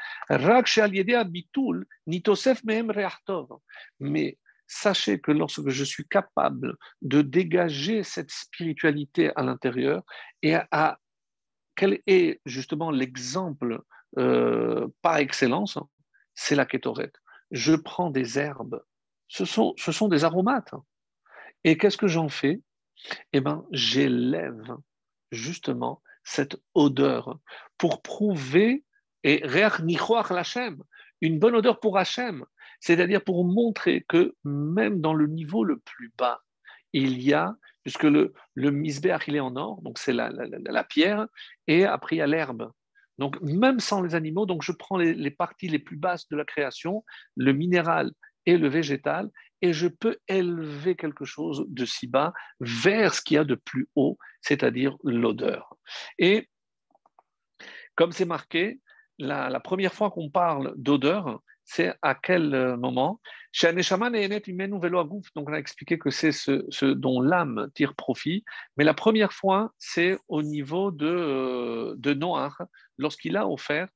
A: Mais sachez que lorsque je suis capable de dégager cette spiritualité à l'intérieur, quel est justement l'exemple par excellence? C'est la kétoret. Je prends des herbes, ce sont des aromates. Et qu'est-ce que j'en fais? Eh bien, j'élève justement cette odeur pour prouver et reach nichoach l'Hachem, une bonne odeur pour Hachem, c'est-à-dire pour montrer que même dans le niveau le plus bas, il y a, puisque le misbéach, il est en or, donc c'est la pierre, et après il y a l'herbe. Donc même sans les animaux, donc je prends les parties les plus basses de la création, le minéral et le végétal, et je peux élever quelque chose de si bas vers ce qu'il y a de plus haut, c'est-à-dire l'odeur. Et comme c'est marqué, la première fois qu'on parle d'odeur, c'est à quel moment? Donc on a expliqué que c'est ce dont l'âme tire profit, mais la première fois, c'est au niveau de Noach, lorsqu'il a offert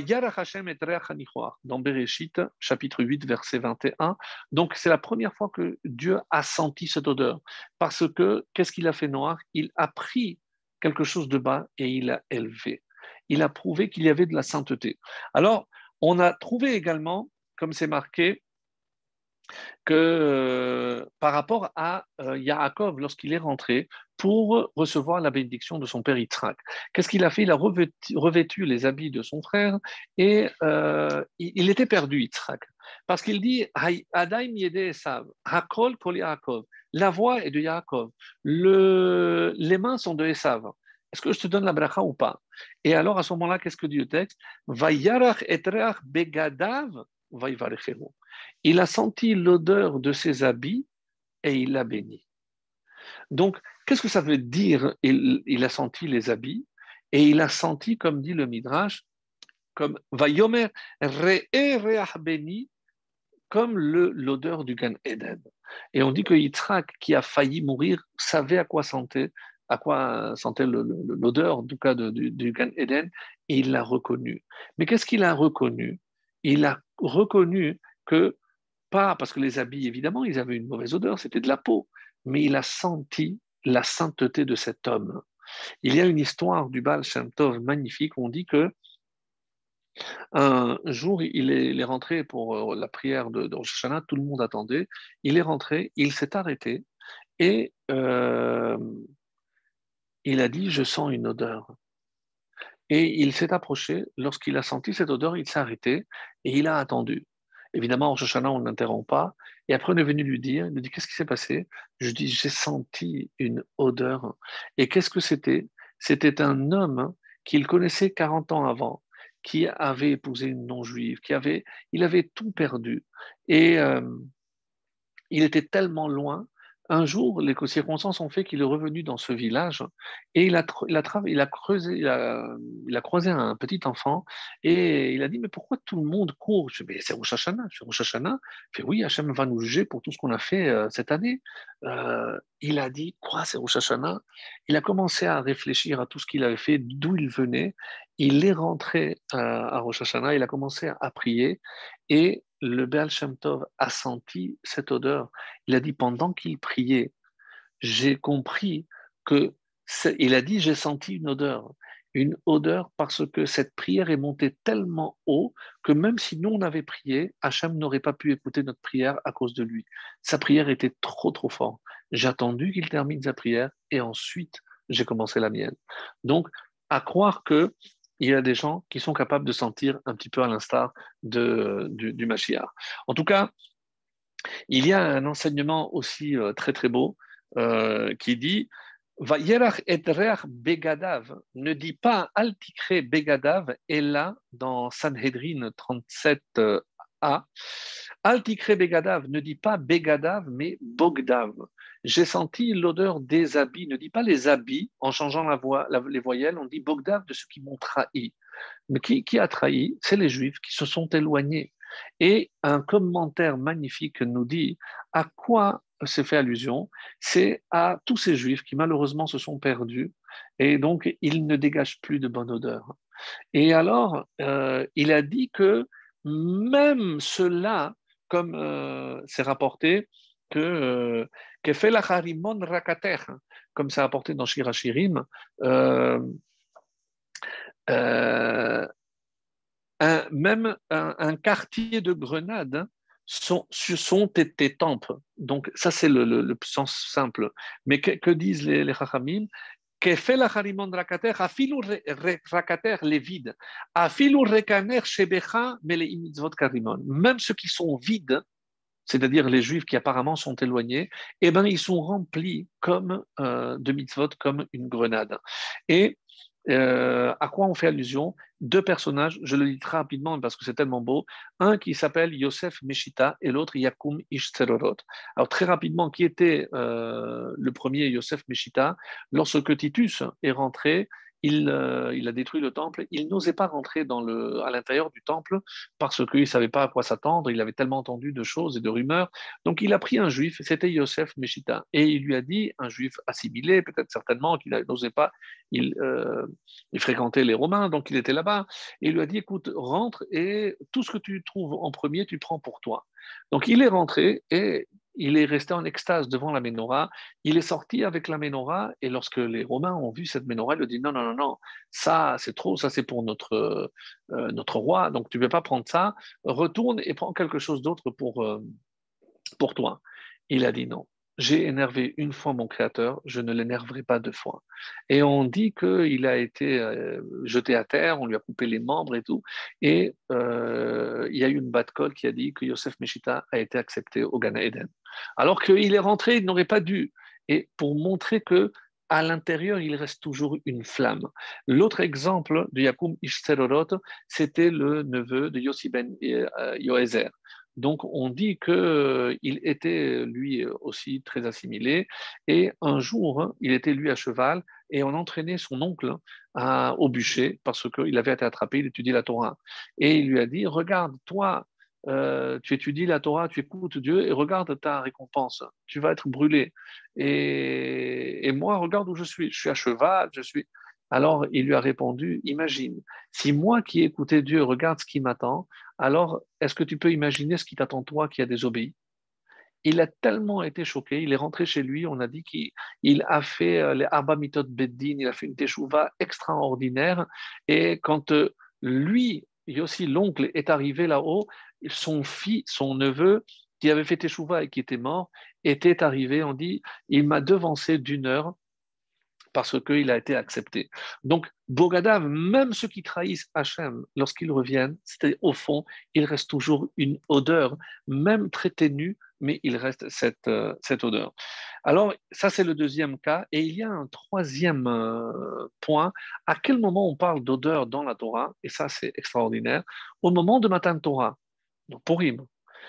A: dans Bereshit, chapitre 8, verset 21. Donc, c'est la première fois que Dieu a senti cette odeur. Parce que, qu'est-ce qu'il a fait Noach? Il a pris quelque chose de bas et il l'a élevé. Il a prouvé qu'il y avait de la sainteté. Alors, on a trouvé également, comme c'est marqué, que par rapport à Yaakov, lorsqu'il est rentré pour recevoir la bénédiction de son père Yitzhak. Qu'est-ce qu'il a fait? Il a revêtu les habits de son frère et il était perdu, Yitzhak. Parce qu'il dit Adaim yede Esav, Hakol kol Yaakov. La voix est de Yaakov. Les mains sont de Esav. Est-ce que je te donne la bracha ou pas? Et alors, à ce moment-là, qu'est-ce que dit le texte? Vayarach etreach begadav vayvarecheru. Il a senti l'odeur de ses habits et il l'a béni. Donc, qu'est-ce que ça veut dire? Il a senti les habits et il a senti, comme dit le Midrash, comme Vayomer re'ereach béni, comme l'odeur du Gan Eden. Et on dit que Yitzhak, qui a failli mourir, savait à quoi sentait l'odeur du cas du Gan Eden, et il l'a reconnu. Mais qu'est-ce qu'il a reconnu? Il a reconnu que pas parce que les habits, évidemment, ils avaient une mauvaise odeur, c'était de la peau, mais il a senti la sainteté de cet homme. Il y a une histoire du Baal Shem Tov magnifique. On dit que un jour, il est rentré pour la prière de Rosh Hashanah, tout le monde attendait. Il est rentré, il s'est arrêté et il a dit, je sens une odeur. Et il s'est approché. Lorsqu'il a senti cette odeur, il s'est arrêté et il a attendu. Évidemment, en Rosh Hashanah, on n'interrompt pas. Et après, on est venu lui dire, il lui dit, qu'est-ce qui s'est passé? Je dis, j'ai senti une odeur. Et qu'est-ce que c'était? C'était un homme qu'il connaissait 40 ans avant, qui avait épousé une non-juive, il avait tout perdu. Et il était tellement loin. Un jour, les circonstances ont fait qu'il est revenu dans ce village et il a croisé un petit enfant et il a dit, mais pourquoi tout le monde court? Je dis, mais c'est Rosh Hashanah. C'est Rosh Hashanah. Il fait, oui, Hachem va nous juger pour tout ce qu'on a fait cette année. Il a dit, quoi, c'est Rosh Hashanah? Il a commencé à réfléchir à tout ce qu'il avait fait, d'où il venait. Il est rentré à Rosh Hashanah, il a commencé à prier et le Baal Shem Tov a senti cette odeur. Il a dit, pendant qu'il priait, j'ai compris que, il a dit, j'ai senti une odeur. une odeur parce que cette prière est montée tellement haut que même si nous on avait prié, Hachem n'aurait pas pu écouter notre prière à cause de lui. Sa prière était trop trop forte. J'ai attendu qu'il termine sa prière et ensuite j'ai commencé la mienne. Donc, à croire que il y a des gens qui sont capables de sentir un petit peu à l'instar du Mashiach. En tout cas, il y a un enseignement aussi très très beau qui dit Vayerach et reach begadav, ne dit pas altikre begadav, et là dans Sanhedrin 37a, altikre begadav ne dit pas begadav mais bogdav. J'ai senti l'odeur des habits, ne dit pas les habits en changeant la voix, les voyelles, on dit bogdav de ceux qui m'ont trahi. Mais qui a trahi? C'est les Juifs qui se sont éloignés. Et un commentaire magnifique nous dit à quoi c'est fait allusion. C'est à tous ces Juifs qui malheureusement se sont perdus et donc ils ne dégagent plus de bonne odeur. Et alors, il a dit que même cela, comme c'est rapporté, que fait la harimon rakater, comme c'est rapporté dans Shirachirim, euh, euh, même un quartier de Grenade sont tes temples. Donc, ça, c'est le sens simple. Mais que disent les Chachamim? Que fait la harimon rakater, afilu rakater les vides, afilu rekaner shebecha mais les mitzvot karimon. Même ceux qui sont vides, c'est-à-dire les juifs qui apparemment sont éloignés, eh ben, ils sont remplis comme de mitzvot, comme une grenade. Et à quoi on fait allusion? Deux personnages, je le lis très rapidement parce que c'est tellement beau. Un qui s'appelle Yosef Meshita et l'autre Yakum Ishterorot. Alors très rapidement, qui était le premier Yosef Meshita? Lorsque Titus est rentré, il a détruit le temple. Il n'osait pas rentrer à l'intérieur du temple parce qu'il ne savait pas à quoi s'attendre. Il avait tellement entendu de choses et de rumeurs. Donc il a pris un juif, c'était Yosef Meshita, et il lui a dit, un juif assimilé, peut-être certainement, qu'il n'osait pas. Il, euh, il fréquentait les Romains, donc il était là-bas. Et il lui a dit, écoute, rentre et tout ce que tu trouves en premier, tu prends pour toi. Donc il est rentré et il est resté en extase devant la menorah. Il est sorti avec la menorah et lorsque les Romains ont vu cette menorah, ils lui ont dit, non, non, non, non, ça c'est trop, ça c'est pour notre roi, donc tu ne peux pas prendre ça. Retourne et prends quelque chose d'autre pour toi. Il a dit non. J'ai énervé une fois mon créateur, je ne l'énerverai pas deux fois. Et on dit qu'il a été jeté à terre, on lui a coupé les membres et tout. Et il y a eu une bat-call qui a dit que Yosef Meshita a été accepté au Gan Eden. Alors qu'il est rentré, il n'aurait pas dû. Et pour montrer que à l'intérieur, il reste toujours une flamme. L'autre exemple de Yakum Ishterorot, c'était le neveu de Yossi ben Yoézer. Donc, on dit qu'il était lui aussi très assimilé. Et un jour, il était lui à cheval et on entraînait son oncle au bûcher parce qu'il avait été attrapé, il étudiait la Torah. Et il lui a dit, regarde, toi, tu étudies la Torah, tu écoutes Dieu et regarde ta récompense. Tu vas être brûlé. Et moi, regarde où je suis. Je suis à cheval, je suis. Alors, il lui a répondu, imagine, si moi qui ai écouté Dieu regarde ce qui m'attend, alors est-ce que tu peux imaginer ce qui t'attend toi qui a désobéi? Il a tellement été choqué, il est rentré chez lui, on a dit qu'il a fait les Arba Mitot Beddin, il a fait une teshuva extraordinaire, et quand lui, et aussi l'oncle, est arrivé là-haut, son fils, son neveu, qui avait fait teshuva et qui était mort, était arrivé, on dit, il m'a devancé d'une heure, parce qu'il a été accepté. Donc, Bogadav, même ceux qui trahissent Hachem, lorsqu'ils reviennent, c'est au fond, il reste toujours une odeur, même très ténue, mais il reste cette odeur. Alors, ça, c'est le deuxième cas. Et il y a un troisième point. À quel moment on parle d'odeur dans la Torah? Et ça, c'est extraordinaire. Au moment de Matan Torah, donc Purim.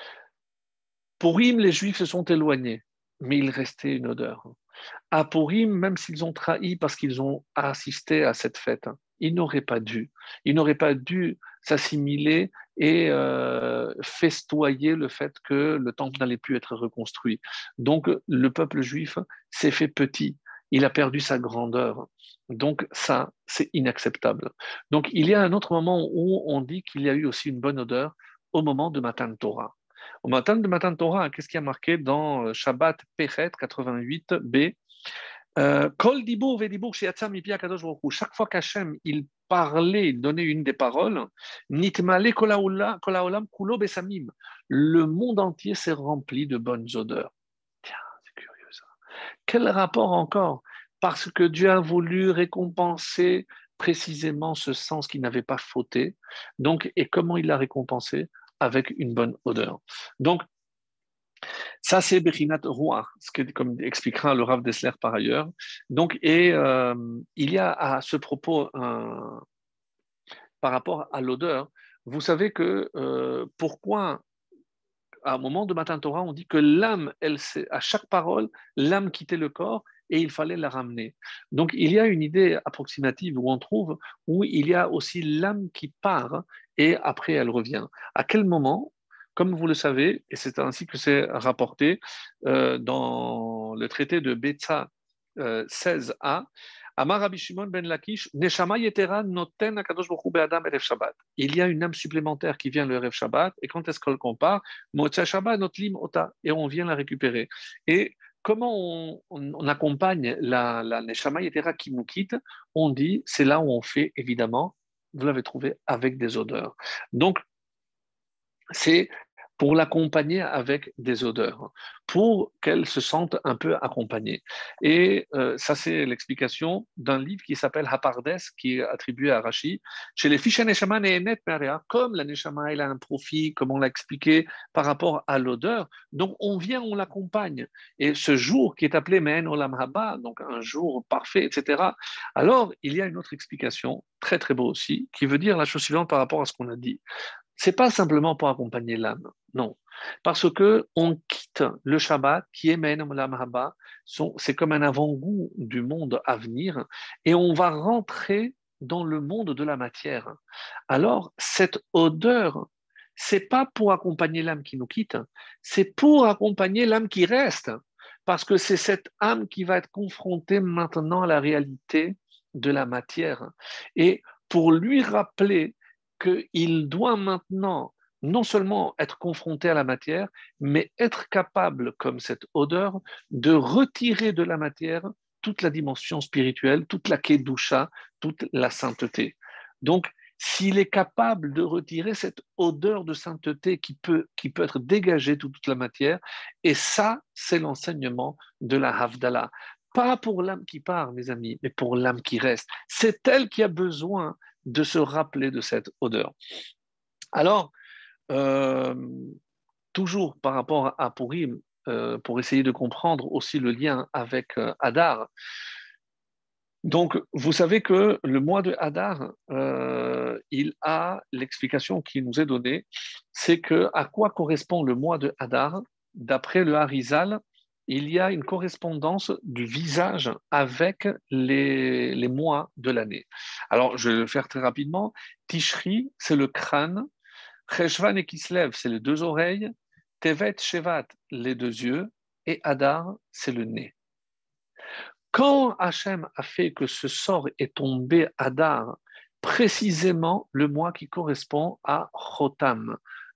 A: Purim, les Juifs se sont éloignés, mais il restait une odeur. À Purim, même s'ils ont trahi parce qu'ils ont assisté à cette fête, ils n'auraient pas dû. Ils n'auraient pas dû s'assimiler et festoyer le fait que le temple n'allait plus être reconstruit. Donc, le peuple juif s'est fait petit. Il a perdu sa grandeur. Donc, ça, c'est inacceptable. Donc, il y a un autre moment où on dit qu'il y a eu aussi une bonne odeur au moment de Matan Torah. Au matin de Matan Torah, qu'est-ce qui a marqué dans Shabbat Pechet 88b? Kol dibour vedibour sheyatzah mipi hakadosh baruch hu. Chaque fois qu'Hachem il parlait, il donnait une des paroles, nitmale kol haolam kulo besamim. Le monde entier s'est rempli de bonnes odeurs. Tiens, c'est curieux ça. Quel rapport encore? Parce que Dieu a voulu récompenser précisément ce sens qui n'avait pas fauté. Donc, et comment il l'a récompensé? Avec une bonne odeur. Donc, ça, c'est Bechinat Ruach, ce que, comme expliquera le Rav Dessler par ailleurs. Donc, il y a à ce propos, par rapport à l'odeur, vous savez que pourquoi, à un moment de Matan Torah, on dit que l'âme, à chaque parole, l'âme quittait le corps et il fallait la ramener. Donc, il y a une idée approximative où on trouve où il y a aussi l'âme qui part et après elle revient. À quel moment? Comme vous le savez, et c'est ainsi que c'est rapporté dans le traité de Betsa 16a, Amar Rabbi Shimon ben Lakish, Neshama yetera noten akadosh baruch hu be'adam erev Shabbat. Il y a une âme supplémentaire qui vient le erev Shabbat, et quand est-ce qu'on part? Motzei Shabbat notlim ota, et on vient la récupérer. Et comment on accompagne la Neshama yetera qui nous quitte? On dit, c'est là où on fait évidemment, vous l'avez trouvé, avec des odeurs. Donc, c'est pour l'accompagner avec des odeurs, pour qu'elle se sente un peu accompagnée. Et ça, c'est l'explication d'un livre qui s'appelle Hapardes, qui est attribué à Rashi. Chez les fiches Neshama Nehenet Me'area, comme la Neshama elle a un profit, comme on l'a expliqué, par rapport à l'odeur, donc on vient, on l'accompagne. Et ce jour qui est appelé Me'en Olam Haba, donc un jour parfait, etc., alors il y a une autre explication, très très beau aussi, qui veut dire la chose suivante par rapport à ce qu'on a dit. C'est pas simplement pour accompagner l'âme, non. Parce que on quitte le Shabbat qui est Men Olam Haba, c'est comme un avant-goût du monde à venir, et on va rentrer dans le monde de la matière. Alors, cette odeur, c'est pas pour accompagner l'âme qui nous quitte, c'est pour accompagner l'âme qui reste. Parce que c'est cette âme qui va être confrontée maintenant à la réalité de la matière. Et pour lui rappeler qu'il doit maintenant non seulement être confronté à la matière, mais être capable, comme cette odeur, de retirer de la matière toute la dimension spirituelle, toute la kedusha, toute la sainteté. Donc, s'il est capable de retirer cette odeur de sainteté qui peut être dégagée de toute la matière, et ça, c'est l'enseignement de la Havdalah. Pas pour l'âme qui part, mes amis, mais pour l'âme qui reste. C'est elle qui a besoin de se rappeler de cette odeur. Alors, euh, toujours par rapport à Purim, pour essayer de comprendre aussi le lien avec Hadar. Donc, vous savez que le mois de Hadar, il a l'explication qui nous est donnée, c'est que à quoi correspond le mois de Hadar? D'après le Harizal, il y a une correspondance du visage avec les mois de l'année. Alors, je vais le faire très rapidement. Tishri, c'est le crâne. Cheshvan et Kislev, c'est les deux oreilles. Tevet, Shevat, les deux yeux. Et Hadar, c'est le nez. Quand Hachem a fait que ce sort est tombé Hadar, précisément le mois qui correspond à Chotam,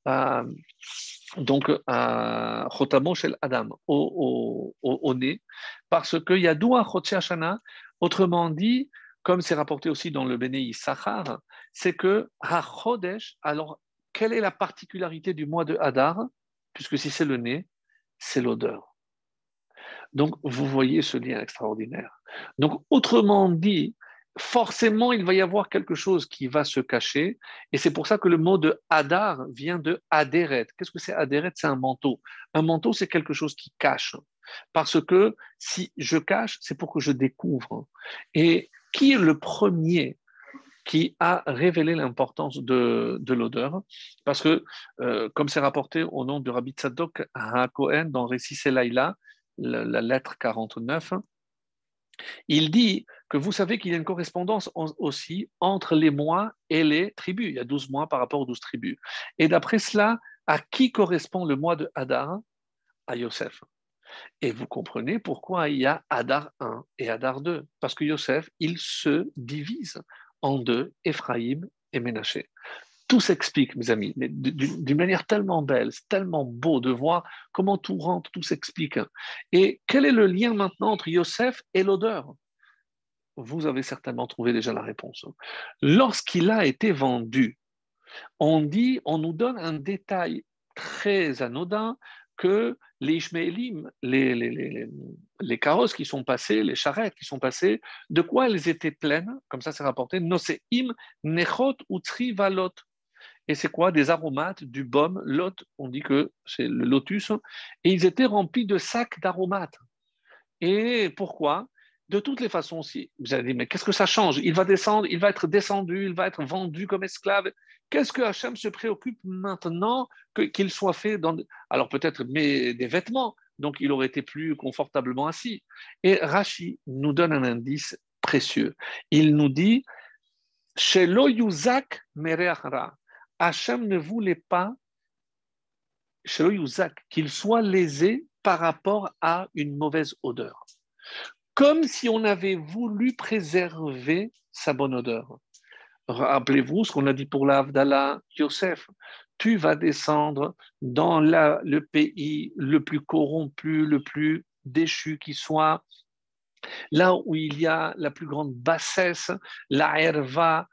A: donc à Chotamo Shel Adam, au nez, parce que Yadoua Chotse Hashana, autrement dit, comme c'est rapporté aussi dans le Béné Issachar, c'est que HaChodesh, alors quelle est la particularité du mois de Hadar? Puisque si c'est le nez, c'est l'odeur. Donc, vous voyez ce lien extraordinaire. Donc, autrement dit, forcément, il va y avoir quelque chose qui va se cacher. Et c'est pour ça que le mot de Hadar vient de Adéret. Qu'est-ce que c'est Adéret? C'est un manteau. Un manteau, c'est quelque chose qui cache. Parce que si je cache, c'est pour que je découvre. Et qui est le premier qui a révélé l'importance de l'odeur? Parce que, comme c'est rapporté au nom de Rabbi Tzadok HaKohen dans Récit Selaïla, la lettre 49, il dit que vous savez qu'il y a une correspondance aussi entre les mois et les tribus. Il y a 12 mois par rapport aux 12 tribus. Et d'après cela, à qui correspond le mois de Hadar? À Yosef. Et vous comprenez pourquoi il y a Hadar 1 et Hadar 2. Parce que Yosef, il se divise en deux, Ephraïm et Ménaché. Tout s'explique, mes amis, mais d'une manière tellement belle, c'est tellement beau de voir comment tout rentre, tout s'explique. Et quel est le lien maintenant entre Yosef et l'odeur? Vous avez certainement trouvé déjà la réponse. Lorsqu'il a été vendu, on nous donne un détail très anodin que les Ishmaélim, les carrosses qui sont passées, les charrettes qui sont passées, de quoi elles étaient pleines, comme ça c'est rapporté, Noseim, Nechot, Utsri, Valot. Et c'est quoi? Des aromates, du baume, lot, on dit que c'est le lotus, et ils étaient remplis de sacs d'aromates. Et pourquoi? De toutes les façons, si vous allez dire, mais qu'est-ce que ça change? Il va descendre, il va être descendu, il va être vendu comme esclave. Qu'est-ce que Hachem se préoccupe maintenant qu'il soit fait dans... Alors peut-être mais des vêtements, donc il aurait été plus confortablement assis. Et Rashi nous donne un indice précieux. Il nous dit, Shelo Yuzak Mereach Ra. Hachem ne voulait pas, Shelo Yuzak, qu'il soit lésé par rapport à une mauvaise odeur. Comme si on avait voulu préserver sa bonne odeur. Rappelez-vous ce qu'on a dit pour l'Avdallah, Yosef, tu vas descendre dans le pays le plus corrompu, le plus déchu qui soit, là où il y a la plus grande bassesse, la herva,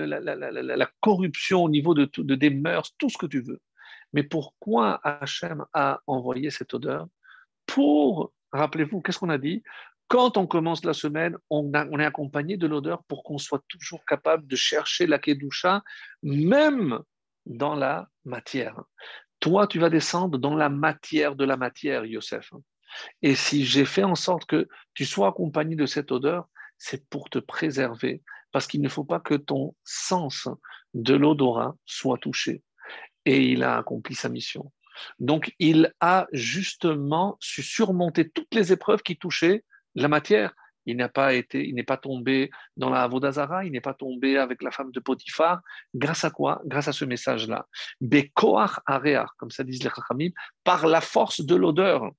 A: la corruption au niveau des mœurs, tout ce que tu veux. Mais pourquoi Hachem a envoyé cette odeur? Pour, rappelez-vous, qu'est-ce qu'on a dit? Quand on commence la semaine, on est accompagné de l'odeur pour qu'on soit toujours capable de chercher la kedusha, même dans la matière. Toi, tu vas descendre dans la matière de la matière, Yosef. Et si j'ai fait en sorte que tu sois accompagné de cette odeur, c'est pour te préserver, parce qu'il ne faut pas que ton sens de l'odorat soit touché. Et il a accompli sa mission. Donc, il a justement su surmonter toutes les épreuves qui touchaient la matière. Il n'est pas tombé dans la Avodazara, il n'est pas tombé avec la femme de Potiphar. Grâce à quoi? Grâce à ce message-là. Bekoach areach, comme ça disent les Chachamim, par la force de l'odeur.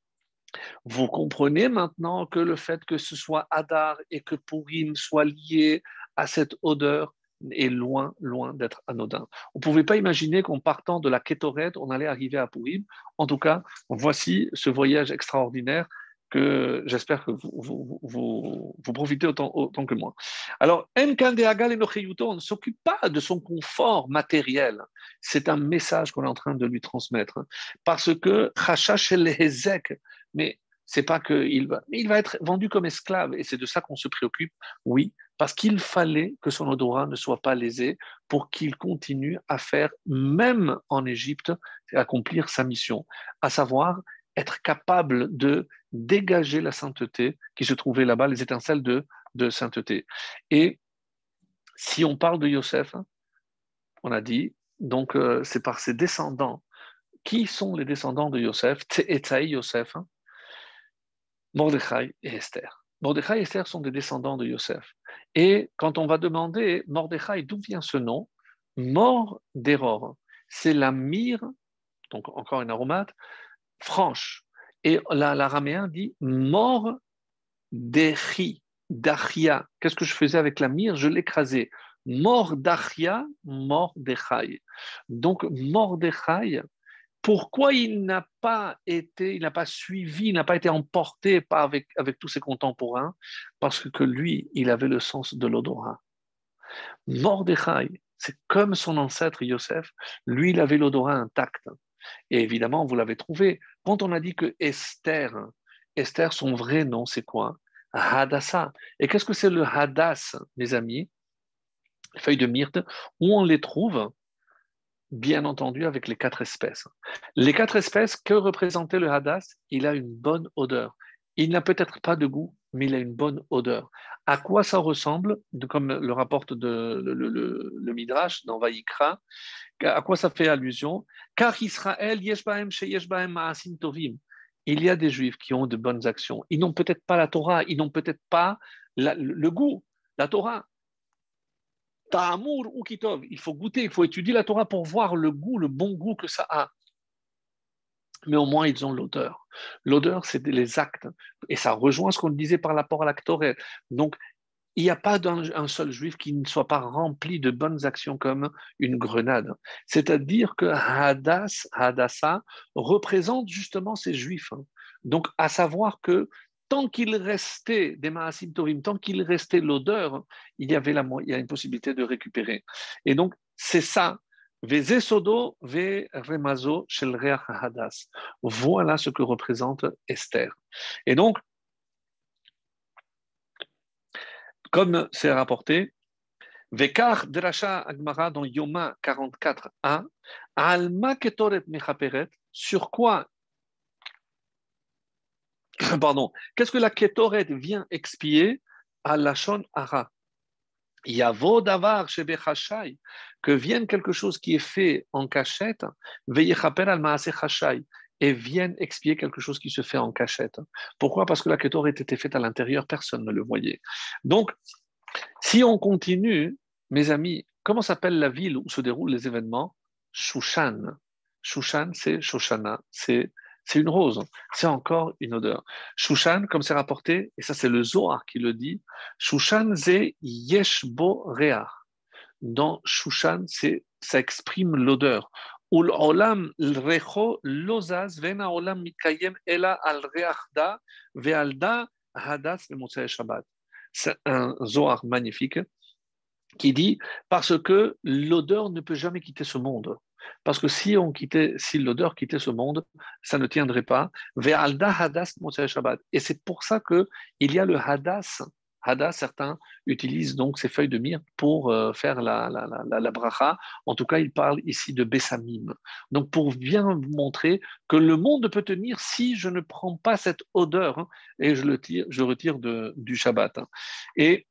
A: Vous comprenez maintenant que le fait que ce soit Hadar et que Purim soit lié à cette odeur est loin, loin d'être anodin. On ne pouvait pas imaginer qu'en partant de la Kétoret, on allait arriver à Purim. En tout cas, voici ce voyage extraordinaire que j'espère que vous profitez autant que moi. Alors, on ne s'occupe pas de son confort matériel. C'est un message qu'on est en train de lui transmettre. Parce que, mais c'est pas qu'il va, mais il va être vendu comme esclave. Et c'est de ça qu'on se préoccupe, oui, parce qu'il fallait que son odorat ne soit pas lésé pour qu'il continue à faire, même en Égypte, accomplir sa mission, à savoir être capable de dégager la sainteté qui se trouvait là-bas, les étincelles de sainteté. Et si on parle de Yosef, on a dit, donc c'est par ses descendants. Qui sont les descendants de Yosef? Tzaï Yosef, Mordechai et Esther. Mordechai et Esther sont des descendants de Yosef. Et quand on va demander, Mordechai, d'où vient ce nom? Mort d'Eror. C'est la myrrhe, donc encore une aromate, franche. Et l'araméen dit mort d'Echi, d'Achia. Qu'est-ce que je faisais avec la myrrhe? Je l'écrasais. Mort d'Achia, mort d'Echai. Donc, Mordechai, pourquoi il n'a pas suivi, il n'a pas été emporté avec tous ses contemporains? Parce que lui, il avait le sens de l'odorat. Mordechai, c'est comme son ancêtre Yosef, lui, il avait l'odorat intact. Et évidemment, vous l'avez trouvé. Quand on a dit que Esther, son vrai nom, c'est quoi? Hadassah. Et qu'est-ce que c'est le Hadass, mes amis? Feuilles de myrte, où on les trouve? Bien entendu avec les 4 espèces. Les 4 espèces, que représentait le Hadass? Il a une bonne odeur. Il n'a peut-être pas de goût, mais il a une bonne odeur. À quoi ça ressemble, comme le rapporte le Midrash dans Vaïkra, à quoi ça fait allusion? Car Israël, yesh bahem sheyesh bahem ma'asim tovim. Il y a des Juifs qui ont de bonnes actions. Ils n'ont peut-être pas la Torah, ils n'ont peut-être pas le goût, la Torah. Ta'amour ou kitov. Il faut goûter, il faut étudier la Torah pour voir le goût, le bon goût que ça a. Mais au moins, ils ont l'odeur. L'odeur, c'est les actes. Et ça rejoint ce qu'on disait par rapport à l'actoré. Donc, il n'y a pas un seul juif qui ne soit pas rempli de bonnes actions comme une grenade. C'est-à-dire que Hadassah représente justement ces juifs. Donc, à savoir que tant qu'il restait des Maasim Tovim, tant qu'il restait l'odeur, il y a une possibilité de récupérer. Et donc, c'est ça. Vezesodo ve remazo shel reach hadas. Voilà ce que représente Esther. Et donc, comme c'est rapporté, Vekar Drasha Agmara dans Yoma 44a, Alma Ketoret Mechaperet, sur quoi, pardon, qu'est-ce que la Ketoret vient expier à Lachon Ara? Yavo davar shebechashai, que vienne quelque chose qui est fait en cachette, veyechaper al maase chashai, et vienne expier quelque chose qui se fait en cachette. Pourquoi? Parce que la Ketoret était faite à l'intérieur, personne ne le voyait. Donc, si on continue, mes amis, comment s'appelle la ville où se déroulent les événements? Shushan. Shushan, c'est Shoshana, c'est une rose, c'est encore une odeur. Shushan, comme c'est rapporté, et ça c'est le Zohar qui le dit, Shushan ze yeshbo reach. Dans Shushan, ça exprime l'odeur. Ul olam recho lozaz vena olam mikayem ela al reachda vealda hadas vemotzei Shabbat. C'est un Zohar magnifique qui dit parce que l'odeur ne peut jamais quitter ce monde. Parce que si l'odeur quittait ce monde, ça ne tiendrait pas. Ve'alda hadas motzei Shabbat. Et c'est pour ça que il y a le hadas. Hadas, certains utilisent donc ces feuilles de myrrhe pour faire la bracha. En tout cas, il parle ici de Bessamim. Donc, pour bien vous montrer que le monde peut tenir si je ne prends pas cette odeur et je retire du Shabbat. Et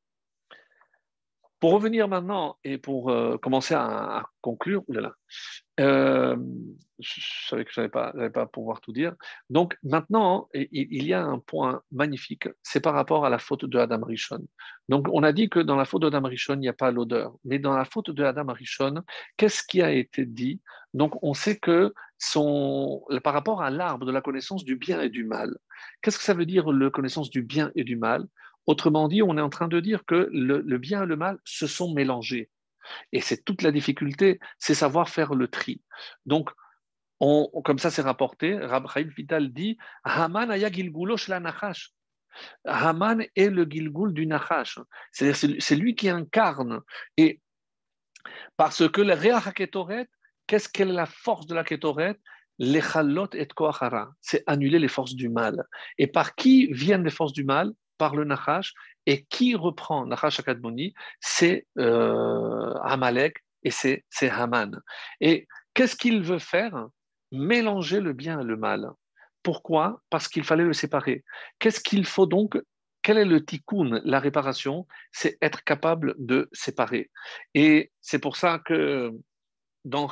A: pour revenir maintenant et pour commencer à conclure, oulala, euh, je savais que je n'allais pas pouvoir tout dire. Donc maintenant, il y a un point magnifique, c'est par rapport à la faute de Adam Rishon. Donc on a dit que dans la faute de Adam Rishon, il n'y a pas l'odeur. Mais dans la faute de Adam Rishon, qu'est-ce qui a été dit? Donc on sait que par rapport à l'arbre de la connaissance du bien et du mal, qu'est-ce que ça veut dire la connaissance du bien et du mal? Autrement dit, on est en train de dire que le bien et le mal se sont mélangés. Et c'est toute la difficulté, c'est savoir faire le tri. Donc, comme ça c'est rapporté, Rab Chaim Vital dit Haman aya gilgulo shel nachash. Haman est le gilgul du nachash. C'est lui qui incarne. Et parce que le Reach HaKetoret, qu'est-ce qu'est la force de la Ketoret? Lechalot et koachara, c'est annuler les forces du mal. Et par qui viennent les forces du mal? Par le Nachash. Et qui reprend Nachash Akadmoni? C'est Amalek et c'est Haman. Et qu'est-ce qu'il veut faire? Mélanger le bien et le mal. Pourquoi? Parce qu'il fallait le séparer. Qu'est-ce qu'il faut donc? Quel est le tikkun, la réparation? C'est être capable de séparer. Et c'est pour ça que dans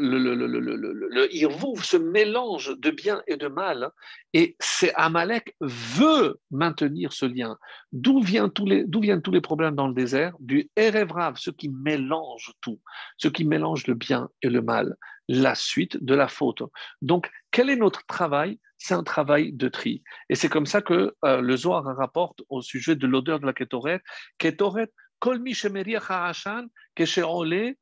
A: le Hirvouv, ce mélange de bien et de mal, et c'est Amalek veut maintenir ce lien. D'où viennent tous les problèmes dans le désert? Du Erev Rav, ce qui mélange tout, ce qui mélange le bien et le mal, la suite de la faute. Donc, quel est notre travail? C'est un travail de tri. Et c'est comme ça que le Zohar rapporte au sujet de l'odeur de la Ketoret, Ketoret, Kol mi shemeriach ha'ashan, keshe'oleh,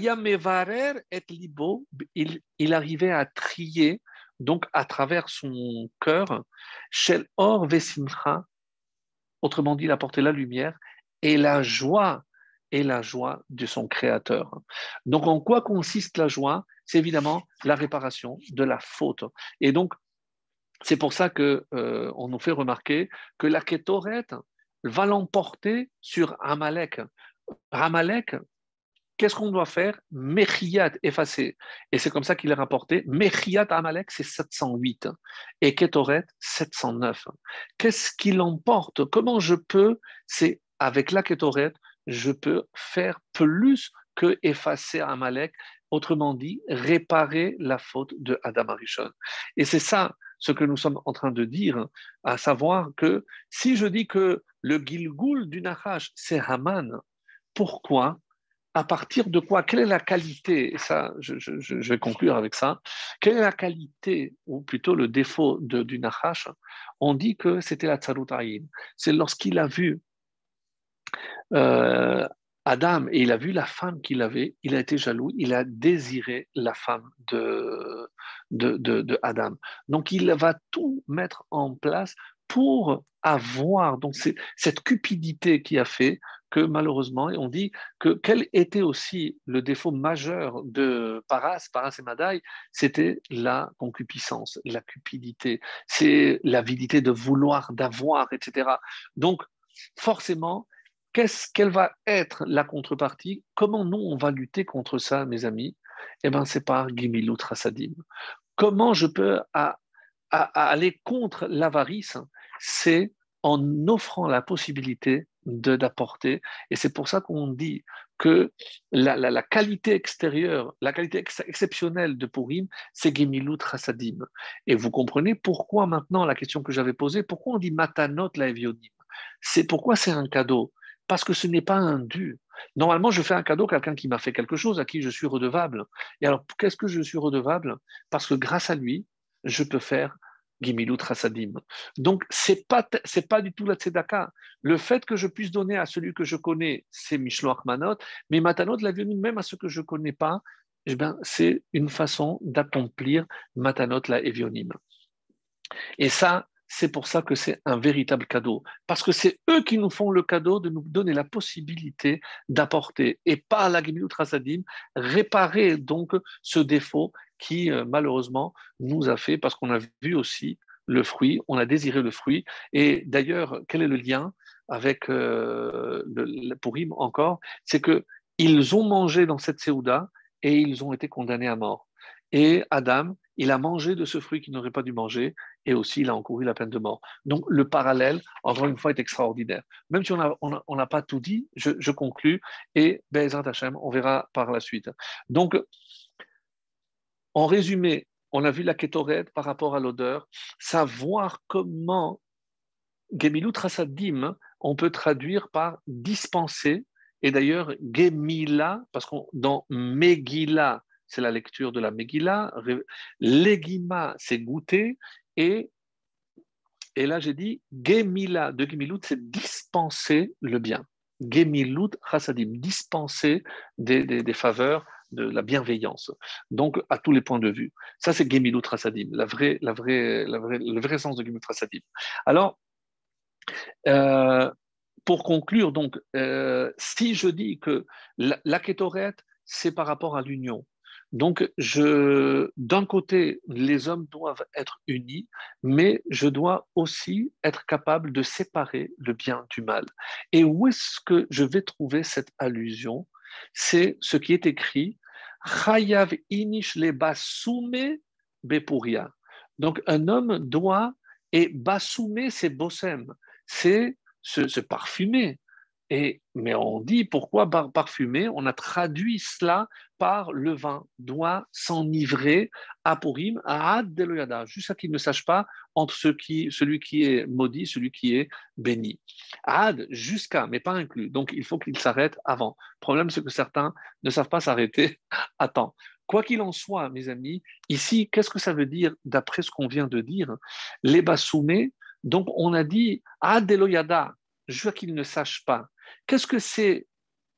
A: et libo, il arrivait à trier, donc à travers son cœur, shel or vesimcha, autrement dit, il apportait la lumière et la joie de son créateur. Donc, en quoi consiste la joie? C'est évidemment la réparation de la faute. Et donc, c'est pour ça que on nous fait remarquer que la Kétoret va l'emporter sur Amalek. Amalek, qu'est-ce qu'on doit faire? Mechiyat, effacer. Et c'est comme ça qu'il est rapporté. Mechiyat Amalek, c'est 708. Et Ketoret, 709. Qu'est-ce qu'il emporte? Comment je peux? C'est avec la Ketoret, je peux faire plus que effacer Amalek. Autrement dit, réparer la faute de Adam Arishon. Et c'est ça ce que nous sommes en train de dire, à savoir que si je dis que le Gilgul du Nachash, c'est Haman, pourquoi? À partir de quoi? Quelle est la qualité? Et ça, je vais conclure avec ça. Quelle est la qualité, ou plutôt le défaut du Nachash? On dit que c'était la Tsarut Ayin. C'est lorsqu'il a vu euh, Adam, et il a vu la femme qu'il avait, il a été jaloux, il a désiré la femme de Adam. Donc il va tout mettre en place pour avoir donc cette cupidité qui a fait que malheureusement, et on dit que quel était aussi le défaut majeur de Paras et Madaï, c'était la concupiscence, la cupidité, c'est l'avidité de vouloir, d'avoir, etc. Donc forcément, quelle va être la contrepartie? Comment nous, on va lutter contre ça, mes amis? Eh bien, c'est par Gimilut Rasadim. Comment je peux à aller contre l'avarice? C'est en offrant la possibilité d'apporter. Et c'est pour ça qu'on dit que la qualité extérieure, la qualité exceptionnelle de Purim, c'est Gemilut Rasadim. Et vous comprenez pourquoi maintenant, la question que j'avais posée, pourquoi on dit Matanot la Evionim? C'est pourquoi c'est un cadeau. Parce que ce n'est pas un dû. Normalement, je fais un cadeau à quelqu'un qui m'a fait quelque chose, à qui je suis redevable. Et alors, qu'est-ce que je suis redevable? Parce que grâce à lui, je peux faire Gimilut Rasadim. Donc, c'est pas du tout la tzedaka. Le fait que je puisse donner à celui que je connais, c'est Mishloach Manot, mais Matanot, la venu même à ceux que je ne connais pas, eh ben, c'est une façon d'accomplir Matanot la Evionim. Et ça, c'est pour ça que c'est un véritable cadeau. Parce que c'est eux qui nous font le cadeau de nous donner la possibilité d'apporter, et par la Gemilut Rasadim, réparer donc ce défaut qui, malheureusement, nous a fait, parce qu'on a vu aussi le fruit, on a désiré le fruit. Et d'ailleurs, quel est le lien avec le Purim encore? C'est que ils ont mangé dans cette Séouda et ils ont été condamnés à mort. Et Adam, il a mangé de ce fruit qu'il n'aurait pas dû manger, et aussi il a encouru la peine de mort. Donc le parallèle, encore une fois, est extraordinaire. Même si on n'a pas tout dit, je conclus, et Be'ezrat Hashem, on verra par la suite. Donc, en résumé, on a vu la kétoret par rapport à l'odeur, savoir comment Gemilut Rasadim, on peut traduire par dispenser, et d'ailleurs, Gemila, parce que dans Megillah, c'est la lecture de la Megillah, Legima, c'est goûter, et et là, j'ai dit Gemila de Gemilut, c'est dispenser le bien. Gemilut Chasadim, dispenser des faveurs, de la bienveillance. Donc, à tous les points de vue. Ça, c'est Gemilut Chasadim, le vrai sens de Gemilut Chasadim. Alors, euh, pour conclure, donc, si je dis que la kétoret, c'est par rapport à l'union. Donc, d'un côté, les hommes doivent être unis, mais je dois aussi être capable de séparer le bien du mal. Et où est-ce que je vais trouver cette allusion? C'est ce qui est écrit Chayav inish le basume bepuria. Donc, un homme doit, et basume, c'est bossem, c'est se parfumer. Mais on dit pourquoi parfumer? On a traduit cela par le vin. Doit s'enivrer à Purim, à Ad Deloyada, jusqu'à qu'il ne sache pas entre celui qui est maudit, celui qui est béni. Ad, jusqu'à, mais pas inclus. Donc il faut qu'il s'arrête avant. Le problème, c'est que certains ne savent pas s'arrêter à temps. Quoi qu'il en soit, mes amis, ici, qu'est-ce que ça veut dire d'après ce qu'on vient de dire? Les basoumés, donc on a dit Ad Deloyada, jusqu'à qu'il ne sache pas. Qu'est-ce que c'est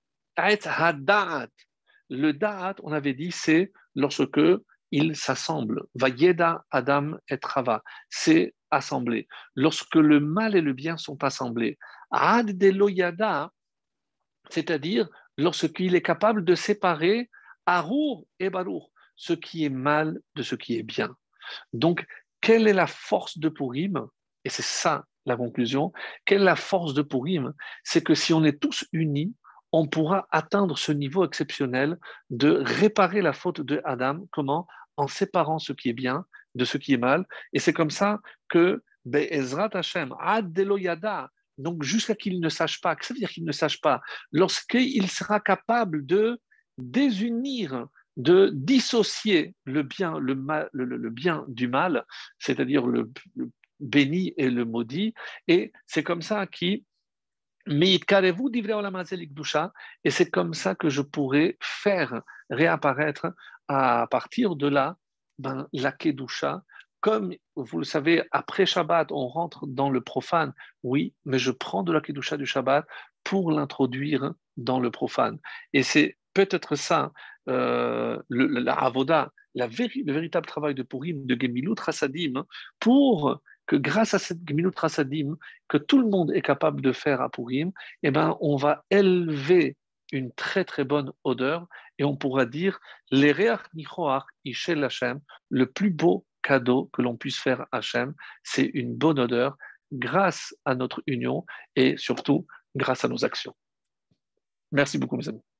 A: Hada'at? Le da'at, on avait dit, c'est lorsque ils s'assemblent. Vayeda Adam et Rava. C'est assemblé. Lorsque le mal et le bien sont assemblés. Ad deloyada, c'est-à-dire lorsqu'il est capable de séparer Arour et Barour, ce qui est mal de ce qui est bien. Donc, quelle est la force de Purim? Et c'est ça la conclusion. Quelle est la force de Purim? C'est que si on est tous unis, on pourra atteindre ce niveau exceptionnel de réparer la faute de Adam. Comment? En séparant ce qui est bien de ce qui est mal. Et c'est comme ça que Be'ezrat Hashem, Ad Deloyada, donc jusqu'à qu'il ne sache pas, que ça veut dire qu'il ne sache pas, lorsqu'il sera capable de désunir, de dissocier le bien, le, mal, le bien du mal, c'est-à-dire le béni et le maudit. Et c'est comme ça qui et c'est comme ça que je pourrais faire réapparaître à partir de là la Kedusha comme vous le savez, après Shabbat, on rentre dans le profane. Oui, mais je prends de la Kedusha du Shabbat pour l'introduire dans le profane. Et c'est peut-être ça, la Avoda, le véritable travail de Purim, de Gemilut Hasadim, hein, pour que grâce à cette Gemilut Hasadim, que tout le monde est capable de faire à Purim, eh ben, on va élever une très très bonne odeur et on pourra dire les Reach Nichoach Ishel Hashem, le plus beau cadeau que l'on puisse faire à Hachem, c'est une bonne odeur grâce à notre union et surtout grâce à nos actions. Merci beaucoup, mes amis.